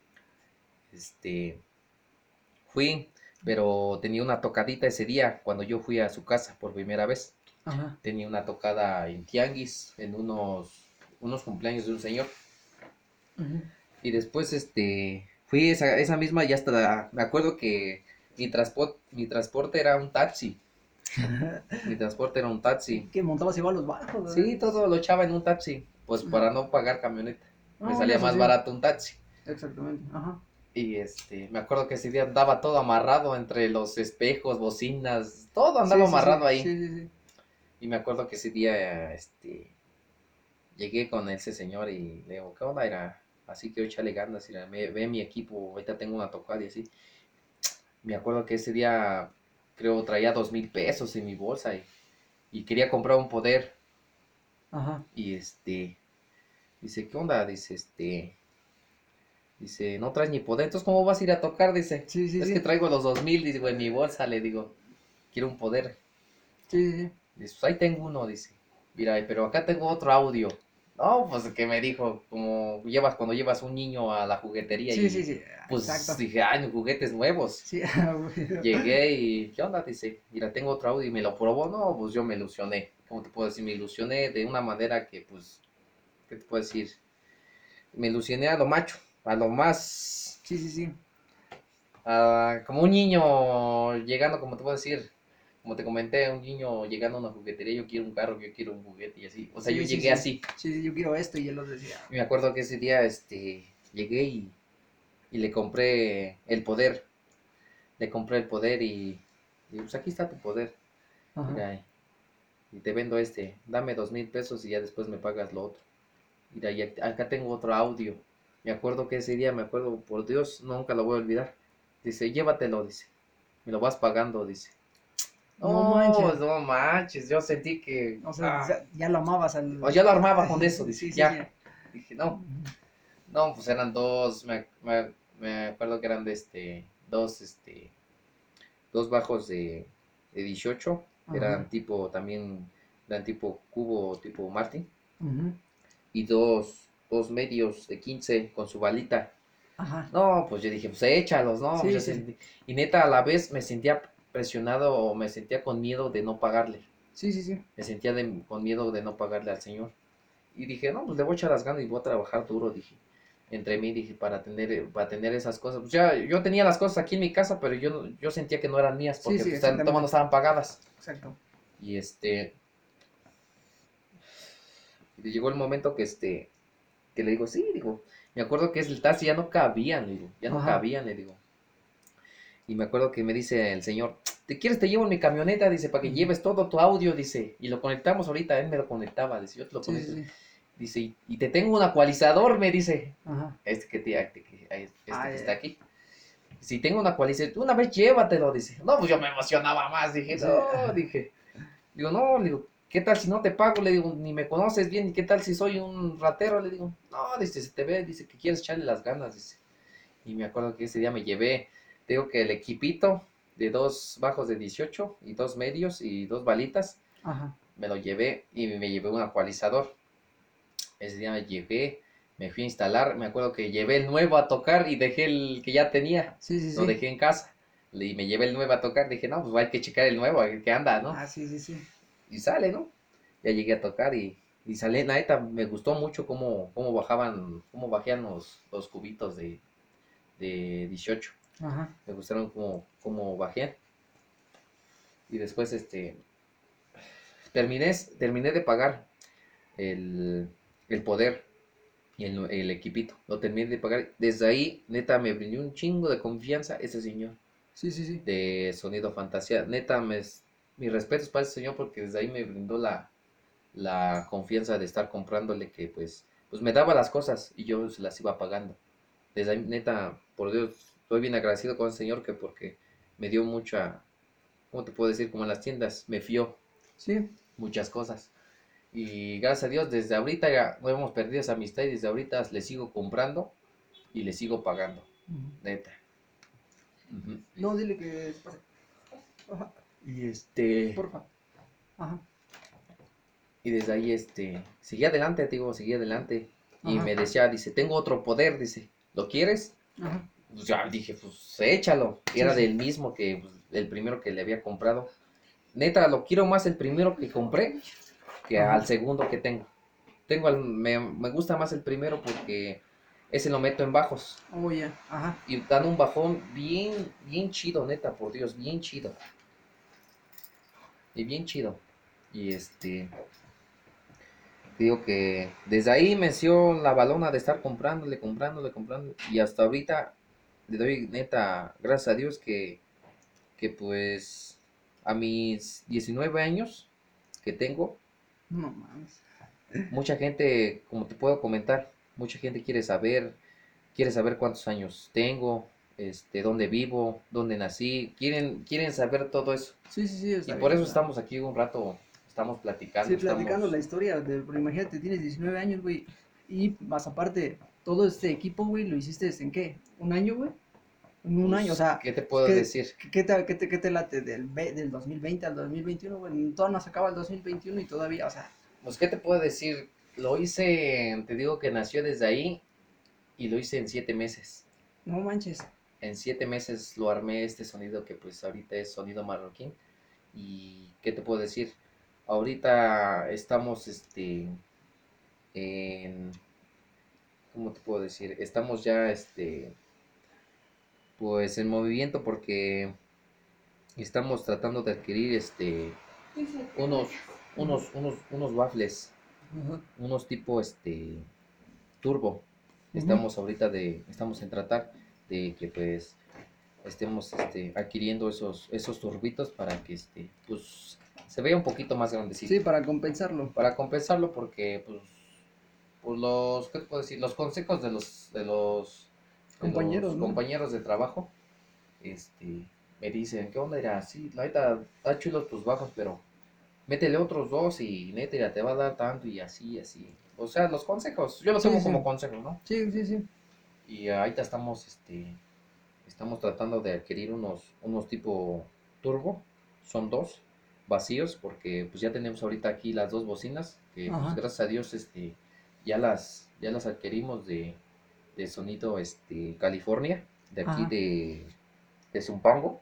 este, fui, pero tenía una tocadita ese día cuando yo fui a su casa por primera vez. Ajá. Tenía una tocada en Tianguis, en unos, unos cumpleaños de un señor. Ujú. Y después, este, fui esa, esa misma y hasta me acuerdo que mi, transport, mi transporte era un taxi. Mi transporte era un taxi. Que montabas igual los bajos, Sí, ¿verdad? todo lo echaba en un taxi, pues Ajá. para no pagar camioneta. Ah, Me bueno, salía eso más sí. barato un taxi. Exactamente. Ajá. Y este, me acuerdo que ese día andaba todo amarrado entre los espejos, bocinas, todo Sí, andaba sí, sí. amarrado ahí. Sí, sí, sí. Y me acuerdo que ese día, este, llegué con ese señor y le digo, ¿qué onda? Era, así que échale ganas, mira, ve, ve mi equipo, ahorita tengo una tocada y así. Me acuerdo que ese día, creo, traía dos mil pesos en mi bolsa y, y quería comprar un poder. Ajá. Y este, dice, ¿qué onda? Dice, este, dice, no traes ni poder, entonces ¿cómo vas a ir a tocar? Dice, Sí, sí, es que sí. traigo los dos mil, digo, en mi bolsa, le digo, quiero un poder. Sí, sí, sí. Dice, pues ahí tengo uno, dice, mira, pero acá tengo otro audio. No, pues que me dijo, como llevas cuando llevas un niño a la juguetería Sí, sí, y sí. pues Exacto. dije, ay, juguetes nuevos. Sí, ah, güey. Llegué y, ¿qué onda? Dice, mira, tengo otro audio y me lo probó. No, pues yo me ilusioné. ¿Cómo te puedo decir? Me ilusioné de una manera que, pues, ¿qué te puedo decir? Me ilusioné a lo macho, a lo más, Sí, sí, sí. a- como un niño llegando, como te puedo decir, como te comenté, un niño llegando a una juguetería, yo quiero un carro, yo quiero un juguete y así. O sea, yo Sí, sí, llegué sí. así. Sí, sí, yo quiero esto y él lo decía. Y me acuerdo que ese día, este, llegué y, y le compré el poder. Le compré el poder y, y pues aquí está tu poder. Ajá. Mira, y te vendo este, dame dos mil pesos y ya después me pagas lo otro. Mira, y acá tengo otro audio. Me acuerdo que ese día, me acuerdo, por Dios, nunca lo voy a olvidar. Dice, llévatelo, dice, me lo vas pagando, dice. No No, manches. no manches, yo sentí que, O sea, ah, ya, ya lo amabas o al. ya lo armaba con eso, dice, Sí, sí, sí. ya. Dije, no, no, pues eran dos, me, me, me acuerdo que eran de este, dos, este, dos bajos de, de dieciocho, Ajá. eran tipo también, eran tipo cubo, tipo Martin, Ujú. y dos, dos medios de quince con su balita. Ajá. No, pues yo dije, pues échalos, ¿no? Pues Sí, yo sí. sentí- y neta, a la vez me sentía presionado o me sentía con miedo de no pagarle. Sí, sí, sí. Me sentía de- con miedo de no pagarle al señor. Y dije, no, pues le voy a echar las ganas y voy a trabajar duro, dije. Entre mí, dije, para tener, para tener esas cosas. Pues ya, yo tenía las cosas aquí en mi casa, pero yo, no- yo sentía que no eran mías Sí, porque sí, pues estaban- todas no exactamente. estaban pagadas. Exacto. Y este, y llegó el momento que este, que le digo, sí, digo, me acuerdo que es el taxi, ya no cabían, le digo, ya no Ajá. cabían, le digo. Y me acuerdo que me dice el señor, ¿te quieres te llevo en mi camioneta? Dice, para que Ujú. lleves todo tu audio, dice, y lo conectamos ahorita, él me lo conectaba, dice, yo te lo Sí, sí, conecto. sí. Dice, y, y te tengo un ecualizador, me dice, Ajá. este que, te, este que, este Ah, que ya, está ya. aquí. Si tengo una ecualizador, una vez llévatelo, dice. No, pues yo me emocionaba más, dije, Sí, no, ajá. dije. Digo, no, le digo, ¿qué tal si no te pago? Le digo, ni me conoces bien, ¿y qué tal si soy un ratero? Le digo, no, dice, se te ve, dice que quieres echarle las ganas, dice. Y me acuerdo que ese día me llevé, te digo que el equipito de dos bajos de dieciocho y dos medios y dos balitas, Ajá. me lo llevé y me llevé un ecualizador. Ese día me llevé, me fui a instalar, me acuerdo que llevé el nuevo a tocar y dejé el que ya tenía, Sí, sí, lo sí. dejé en casa. Y me llevé el nuevo a tocar, dije, no, pues hay que checar el nuevo, a ver qué anda, ¿no? Ah, sí, sí, sí. Y sale, ¿no? Ya llegué a tocar y, y sale, neta, me gustó mucho cómo, cómo bajaban, cómo bajían los, los cubitos de, de dieciocho. Ajá. Me gustaron cómo, cómo bajé. Y después, este, terminé, terminé de pagar el, el poder y el, el equipito. Lo terminé de pagar. Desde ahí, neta, me brindó un chingo de confianza ese señor Sí, sí, sí. de Sonido Fantasía. Neta, me, mis respetos para ese señor porque desde ahí me brindó la, la confianza de estar comprándole que pues, pues me daba las cosas y yo se las iba pagando. Desde ahí, neta, por Dios, estoy bien agradecido con ese señor que porque me dio mucha, ¿cómo te puedo decir? Como en las tiendas, me fió Sí. muchas cosas. Y gracias a Dios, desde ahorita ya no hemos perdido esa amistad y desde ahorita le sigo comprando y le sigo pagando, Ujú. neta. Ujú. No, dile que se pase. Ajá. Y este, Porfa. Ajá. y desde ahí este, seguí adelante, te digo, seguí adelante. Y Ajá. me decía, dice, tengo otro poder, dice, ¿lo quieres? Ajá. Pues ya dije, pues échalo. Y Sí, era sí. del mismo que pues, el primero que le había comprado. Neta, lo quiero más el primero que compré que al Ajá. segundo que tengo. Tengo el, me, me gusta más el primero porque ese lo meto en bajos. Oh, ya. Ajá. Y dan un bajón bien, bien chido, neta, por Dios, bien chido. Y bien chido. Y este, digo que desde ahí me dio la balona de estar comprándole, comprándole, comprando. Y hasta ahorita le doy neta, gracias a Dios que, que pues a mis diecinueve años que tengo, No mames. mucha gente, como te puedo comentar, mucha gente quiere saber, quiere saber cuántos años tengo, este, dónde vivo, dónde nací, quieren, quieren saber todo eso. Sí, sí, sí, Y está por bien, eso está. estamos aquí un rato, estamos Sí, platicando, platicando estamos... la historia de, pero imagínate, tienes diecinueve años, güey, y más aparte, todo este equipo, güey, lo hiciste en qué, un año, güey, en un año, o Pues, sea, ¿qué te pues, puedo ¿qué, decir? qué, qué te, qué, te, qué te late del, ve- del dos mil veinte al dos mil veintiuno, güey? Todavía no se acaba el dos mil veintiuno y todavía, o sea, Pues, ¿qué te puedo decir? Lo hice, te digo que nació desde ahí y lo hice en siete meses. no manches. En siete meses lo armé este sonido que pues ahorita es sonido marroquín. ¿Y qué te puedo decir? Ahorita estamos este en, ¿cómo te puedo decir? Estamos ya este pues en movimiento porque estamos tratando de adquirir este unos Ujú, unos unos unos waffles, ujú, unos tipo este turbo. ujú. Estamos ahorita de estamos en tratar de que pues estemos este, adquiriendo esos, esos turbitos para que este, pues, se vea un poquito más Sí, grandecito. para compensarlo. Para compensarlo porque pues, pues los, ¿qué te puedo decir? Los consejos de los, de los, de los Compañeros, ¿no? compañeros de trabajo, este, me dicen, ¿qué onda? Era sí, la neta, está chulos tus bajos, pero métele otros dos y neta, ya te va a dar tanto y así, así. O sea, los consejos, yo lo Sí, tomo sí, como consejo, ¿no? sí, sí, sí. Y ahorita estamos, este, estamos tratando de adquirir unos, unos tipo turbo, son dos vacíos, porque pues ya tenemos ahorita aquí las dos bocinas, que pues Ajá, gracias a Dios este, ya las, ya las adquirimos de, de sonido este, California, de aquí ajá. de, de Zumpango,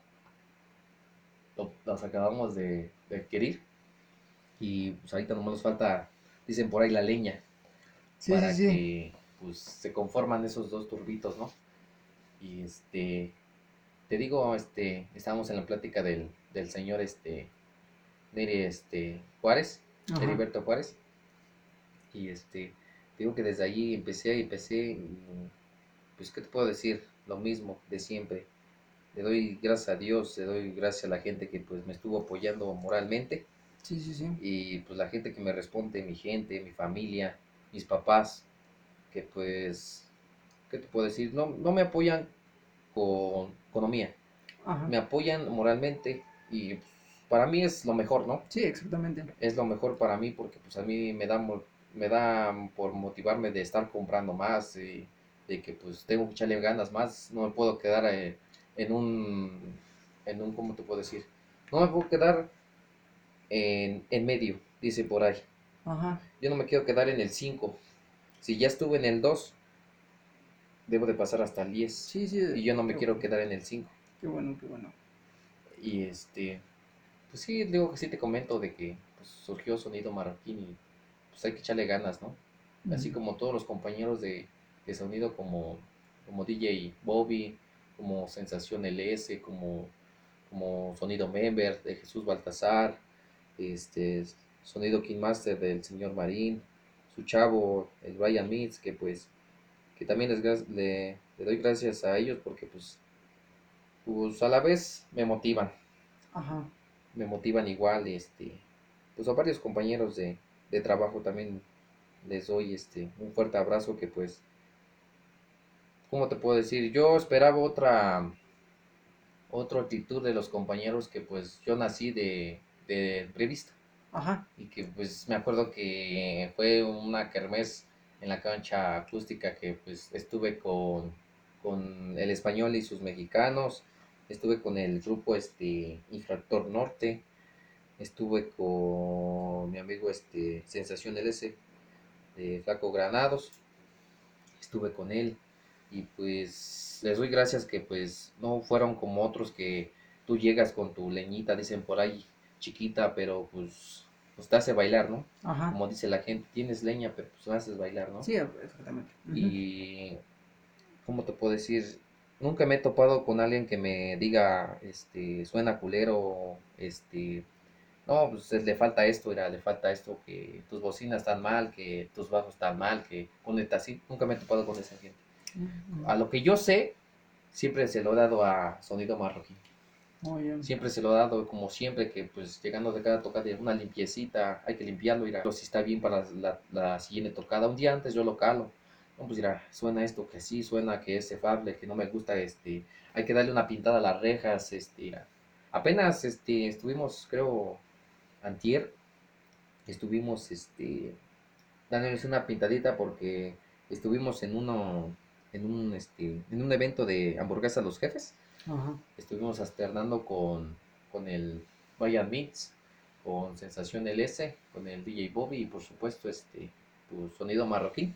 lo- las acabamos de, de adquirir y pues ahorita nomás nos falta, dicen por ahí, la leña, Sí, sí, para sí. que pues se conforman esos dos turbitos, ¿no? Y este, te digo, este, estábamos en la plática del, del señor este, Neri este, Juárez, Ajá. Heriberto Juárez, y este, digo que desde allí empecé y empecé, mm, pues, ¿qué te puedo decir? Lo mismo de siempre. Le doy gracias a Dios, le doy gracias a la gente que pues me estuvo apoyando moralmente Sí, sí, sí. y pues la gente que me responde, mi gente, mi familia, mis papás, que pues, ¿qué te puedo decir? No, no me apoyan con economía, Ajá. me apoyan moralmente y pues, para mí es lo mejor, ¿no? Sí, exactamente. Es lo mejor para mí porque pues a mí me da, mo- me da por motivarme de estar comprando más y de que pues tengo que echarle ganas más, no me puedo quedar eh, en un, en un, ¿cómo te puedo decir? No me puedo quedar en, en medio, dice por ahí. Ajá. Yo no me quiero quedar en el cinco. Si ya estuve en el dos debo de pasar hasta el diez. Sí, sí. Y yo no me Qué quiero bueno. quedar en el cinco. Qué bueno, qué bueno. Y este, pues sí, digo que sí te comento de que pues, surgió Sonido Marroquín y pues hay que echarle ganas, ¿no? Así Ujú. como todos los compañeros de, de sonido como, como D J Bobby, como Sensación L S, como, como Sonido Member de Jesús Baltazar, este, Sonido King Master del señor Marín, su chavo, el Brian Meets, que pues, que también les, gra- le, le doy gracias a ellos porque pues, pues a la vez me motivan, Ajá. me motivan igual, este, pues a varios compañeros de, de trabajo también les doy este un fuerte abrazo que pues, ¿cómo te puedo decir? Yo esperaba otra, otra actitud de los compañeros que pues yo nací de, de revista Ajá. y que pues me acuerdo que fue una kermés en la cancha acústica que pues estuve con, con el español y sus mexicanos, estuve con el grupo este Infractor Norte, estuve con mi amigo este Sensación L S de Flaco Granados, estuve con él y pues les doy gracias que pues no fueron como otros que tú llegas con tu leñita, dicen por ahí, chiquita, pero pues, pues te hace bailar, ¿no? Ajá. Como dice la gente, tienes leña, pero pues me haces bailar, ¿no? Sí, exactamente. Ujú. Y, ¿cómo te puedo decir? Nunca me he topado con alguien que me diga, este, suena culero, este, no, pues es- le falta esto, era, le falta esto, que tus bocinas están mal, que tus bajos están mal, que ponete así. Nunca me he topado con esa gente. Ujú. A lo que yo sé, siempre se lo he dado a Sonido Marroquín. Muy bien. Siempre se lo he dado, como siempre, que pues llegando de cada tocada, de una limpiecita, hay que limpiarlo, mira, si está bien para la, la siguiente tocada. Un día antes yo lo calo. No, pues mira, suena esto que sí, suena que es efable, que no me gusta, este, hay que darle una pintada a las rejas, este, mira. Apenas, este, estuvimos, creo, antier, estuvimos, este, dándoles una pintadita porque estuvimos en uno, en un, este, en un evento de hamburguesas los jefes. Ajá. Estuvimos alternando con, con el Brian Mix, con Sensación L S, con el D J Bobby y por supuesto este, tu sonido marroquí.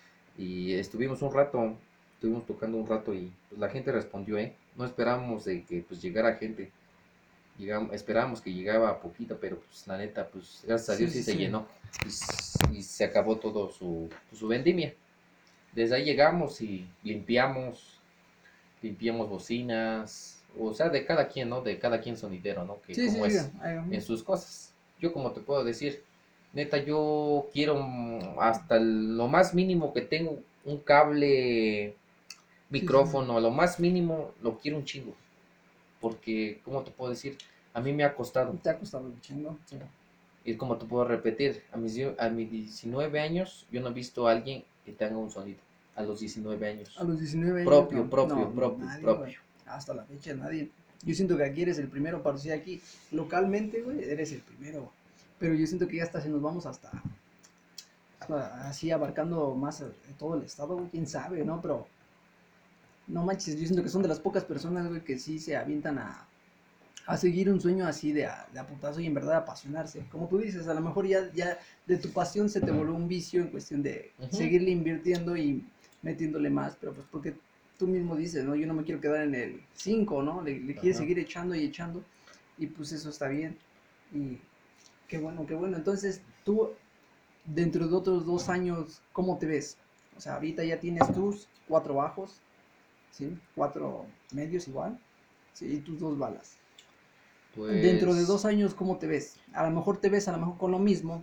Y estuvimos un rato, estuvimos tocando un rato y pues, la gente respondió, ¿eh? No esperábamos de que pues llegara gente, llegamos, esperábamos que llegaba poquito, pero pues la neta, pues gracias a Sí, Dios sí sí, se sí. llenó y, s- y se acabó todo su, pues, su vendimia. Desde ahí llegamos y limpiamos, limpiamos bocinas, o sea, de cada quien, ¿no? De cada quien sonidero, ¿no? Que Sí, sí, cómo sí. es Ahí, en ujú. sus cosas. Yo como te puedo decir, neta, yo quiero mm, hasta lo más mínimo que tengo, un cable, Sí, sí. micrófono, lo más mínimo, lo quiero un chingo. Porque, ¿cómo te puedo decir? A mí me ha costado. Te ha costado un chingo. Sí. Y como te puedo repetir, a mis, die- a mis diecinueve años, yo no he visto a alguien que tenga un sonido. A los diecinueve A años. los diecinueve años, Propio, no. propio, No, propio, nadie, güey. propio. Hasta la fecha, nadie. Yo siento que aquí eres el primero, para decir aquí, localmente, güey, eres el primero, güey. Pero yo siento que ya hasta si nos vamos hasta, hasta así abarcando más eh, todo el estado, güey, quién sabe, ¿no? Pero no manches, yo siento que son de las pocas personas, güey, que sí se avientan a, a seguir un sueño así de a, de a putazo y en verdad apasionarse. Como tú dices, a lo mejor ya, ya de tu pasión se te volvió un vicio en cuestión de Ujú. seguirle invirtiendo y metiéndole más, pero pues porque tú mismo dices, ¿no? Yo no me quiero quedar en el cinco, ¿no? Le, le quieres Ajá. seguir echando y echando y pues eso está bien. Y qué bueno, qué bueno. Entonces, tú dentro de otros dos años, ¿cómo te ves? O sea, ahorita ya tienes tus cuatro bajos, ¿sí? Cuatro medios igual, ¿sí? Y tus dos balas. Dentro de Pues, dos años, ¿cómo te ves? A lo mejor te ves a lo mejor con lo mismo,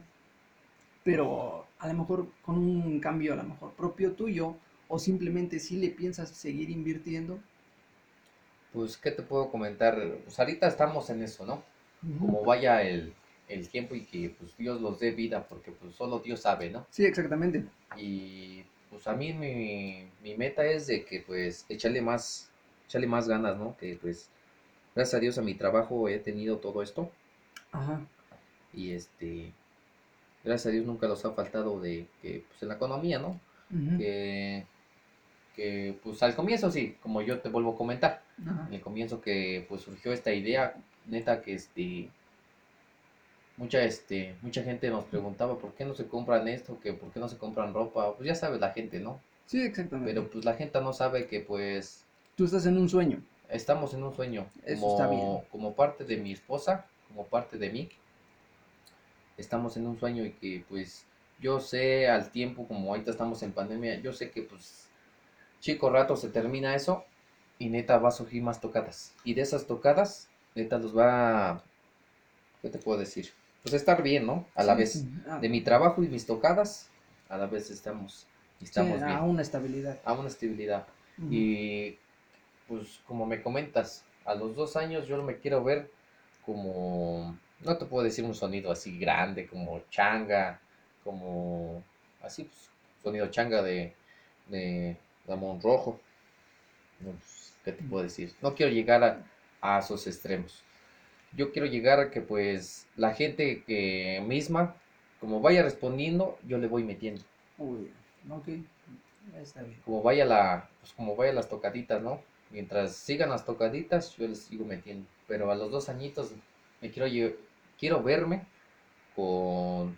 pero a lo mejor con un cambio a lo mejor propio tuyo, o simplemente si le piensas seguir invirtiendo. pues, ¿qué te puedo comentar? Pues ahorita estamos en eso, ¿no? Ujú. Como vaya el, el tiempo y que pues Dios los dé vida, porque pues solo Dios sabe, ¿no? Sí, exactamente. Y pues a mí mi, mi meta es de que pues echarle más, echarle más ganas, ¿no? Que pues gracias a Dios a mi trabajo he tenido todo esto Ajá. y este, gracias a Dios nunca los ha faltado de que pues en la economía, ¿no? Ujú. Que, que pues al comienzo sí, como yo te vuelvo a comentar, Ajá. en el comienzo que pues surgió esta idea, neta que este, mucha este, mucha gente nos preguntaba por qué no se compran esto, que por qué no se compran ropa, pues ya sabes la gente, ¿no? Sí, exactamente. Pero pues la gente no sabe que pues Tú estás en un sueño. estamos en un sueño, Eso está bien. como, como parte de mi esposa, como parte de mí, estamos en un sueño y que pues yo sé al tiempo, como ahorita estamos en pandemia, yo sé que pues chico rato se termina eso y neta va a surgir más tocadas. Y de esas tocadas, neta los va, ¿qué te puedo decir? Pues estar bien, ¿no? A la Sí, sí. vez, Ah, de mi trabajo y mis tocadas, a la vez estamos, sí, estamos a bien, una estabilidad. a una estabilidad. Ujú. Y pues como me comentas, a los dos años yo me quiero ver como, no te puedo decir un sonido así grande, como changa, como así, pues, sonido changa de, de Ramón Rojo. No, pues, ¿qué te puedo decir? No quiero llegar a, a esos extremos. Yo quiero llegar a que pues la gente que misma, como vaya respondiendo, yo le voy metiendo. Uy, ok, está bien. Como vaya la, pues como vaya las tocaditas, ¿no? Mientras sigan las tocaditas, yo les sigo metiendo. Pero a los dos añitos me quiero lle- quiero verme con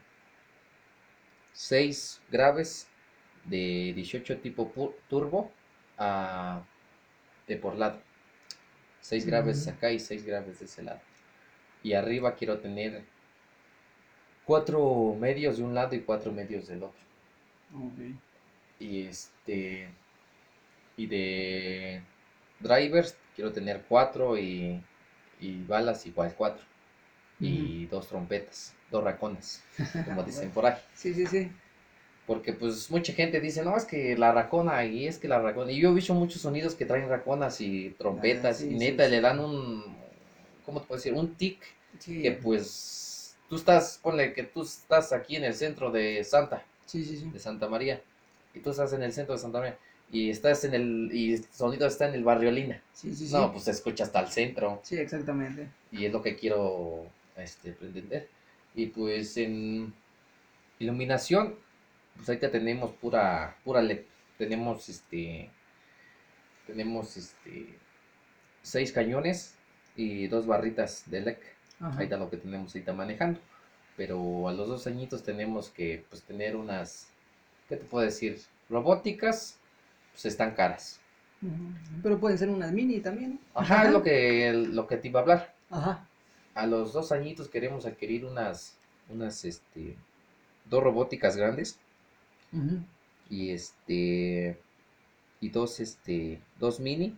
seis graves de dieciocho tipo pu- turbo a, de por lado. Seis graves Ujú. acá y seis graves de ese lado. Y arriba quiero tener cuatro medios de un lado y cuatro medios del otro. Ok. Y este, y de drivers quiero tener cuatro y, y balas igual cuatro. Ujú. Y dos trompetas, dos raconas, como Bueno, dicen por ahí. sí, sí, sí. Porque pues mucha gente dice, no, es que la racona y es que la racona. Y yo he visto muchos sonidos que traen raconas y Ah, trompetas y sí, sí, neta le sí. dan un, ¿cómo te puedo decir? Un tic que Sí, pues tú estás, ponle que tú estás aquí en el centro de Santa, sí, sí, sí. de Santa María, y tú estás en el centro de Santa María y estás en el, y el sonido está en el barrio Lina. Sí, sí, No, sí. pues se escucha hasta el centro Sí, exactamente. y es lo que quiero este, pretender. Y pues en iluminación, pues ahorita tenemos pura, pura L E D. Tenemos este, tenemos este, seis cañones y dos barritas de L E D. Ajá. Ahorita lo que tenemos ahorita manejando. Pero a los dos añitos tenemos que pues tener unas, ¿qué te puedo decir? Robóticas, pues están caras. Ujú. Pero pueden ser unas mini también. Ajá, es lo que, lo que te iba a hablar. Ajá. A los dos añitos queremos adquirir unas, unas, este, dos robóticas grandes Ujú. y este, y dos, este, dos mini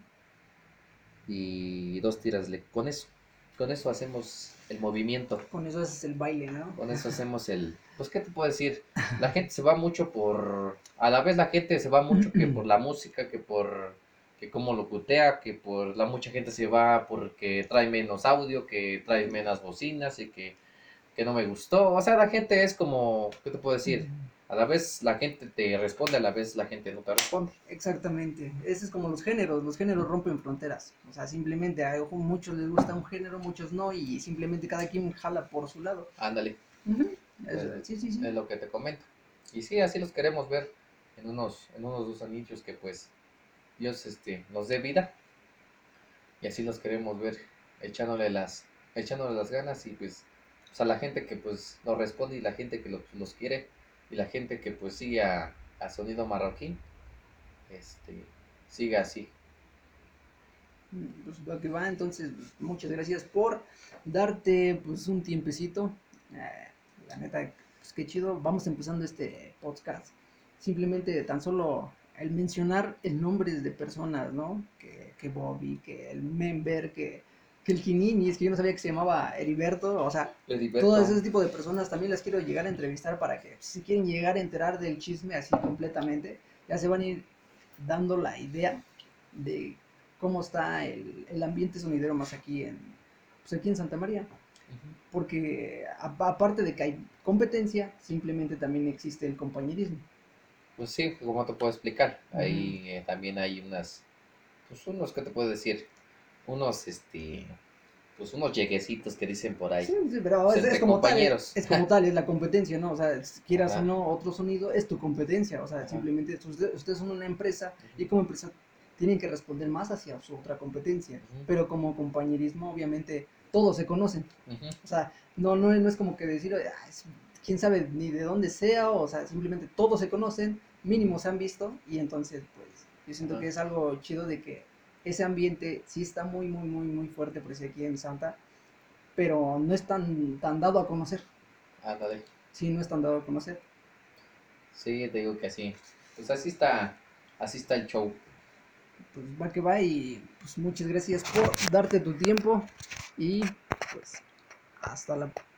y dos tiras L E D. Con eso, con eso hacemos el movimiento, Con eso haces el baile, ¿no? con eso hacemos el, pues, ¿qué te puedo decir? La gente se va mucho por, a la vez la gente se va mucho que por la música, que por, que cómo lo putea, que por, la mucha gente se va porque trae menos audio, que trae menos bocinas y que que no me gustó. O sea, la gente es como, ¿qué te puedo decir? A la vez la gente te responde, a la vez la gente no te responde. Exactamente. Ese es como los géneros. Los géneros rompen fronteras. O sea, simplemente a muchos les gusta un género, muchos no, y simplemente cada quien jala por su lado. Ándale, Ujú. Eso, eh, sí, sí, sí. es lo que te comento. Y sí, así los queremos ver en unos, en unos dos anillos que pues Dios este, nos dé vida y así los queremos ver. echándole las, echándole las ganas y pues, pues a la gente que pues nos responde y la gente que los, los quiere y la gente que pues sigue a, a Sonido Marroquín, este, siga así. Pues va que va, entonces pues, muchas gracias por darte pues un tiempecito. Eh, la neta, pues qué chido. Vamos empezando este podcast. Simplemente tan solo el mencionar el nombre de personas, ¿no? Que, que Bobby, que el Member, que, que el Kinini, es que yo no sabía que se llamaba Heriberto, o sea, todo Heriberto. ese tipo de personas también las quiero llegar a entrevistar para que si quieren llegar a enterar del chisme así completamente, ya se van a ir dando la idea de cómo está el, el ambiente sonidero más aquí en, pues aquí en Santa María. Ujú. Porque a, aparte de que hay competencia, simplemente también existe el compañerismo. Pues sí, ¿cómo te puedo explicar? Ujú. Ahí eh, también hay unas, pues unos, ¿qué te puedo decir? Unos, este, pues unos lleguecitos que dicen por ahí, Sí, sí, pero pues es, es entre como tal, es, compañeros. es como tal, es la competencia, ¿no? O sea, quieras o Ajá, no, otro sonido es tu competencia. O sea, ajá. simplemente ustedes, ustedes son una empresa Ujú, y como empresa tienen que responder más hacia su otra competencia. ujú, Pero como compañerismo, obviamente, todos se conocen. ujú. O sea, no, no, no es como que decir, "Ah, es- quién sabe ni de dónde sea", o sea, simplemente todos se conocen, mínimo se han visto, y entonces, pues, yo siento Ajá, que es algo chido de que ese ambiente sí está muy, muy, muy, muy fuerte, por aquí en Santa, pero no es tan, tan dado a conocer. ándale. Sí, no es tan dado a conocer. Sí, te digo que así. Pues así está, así está el show. Pues va que va y pues muchas gracias por darte tu tiempo y pues hasta la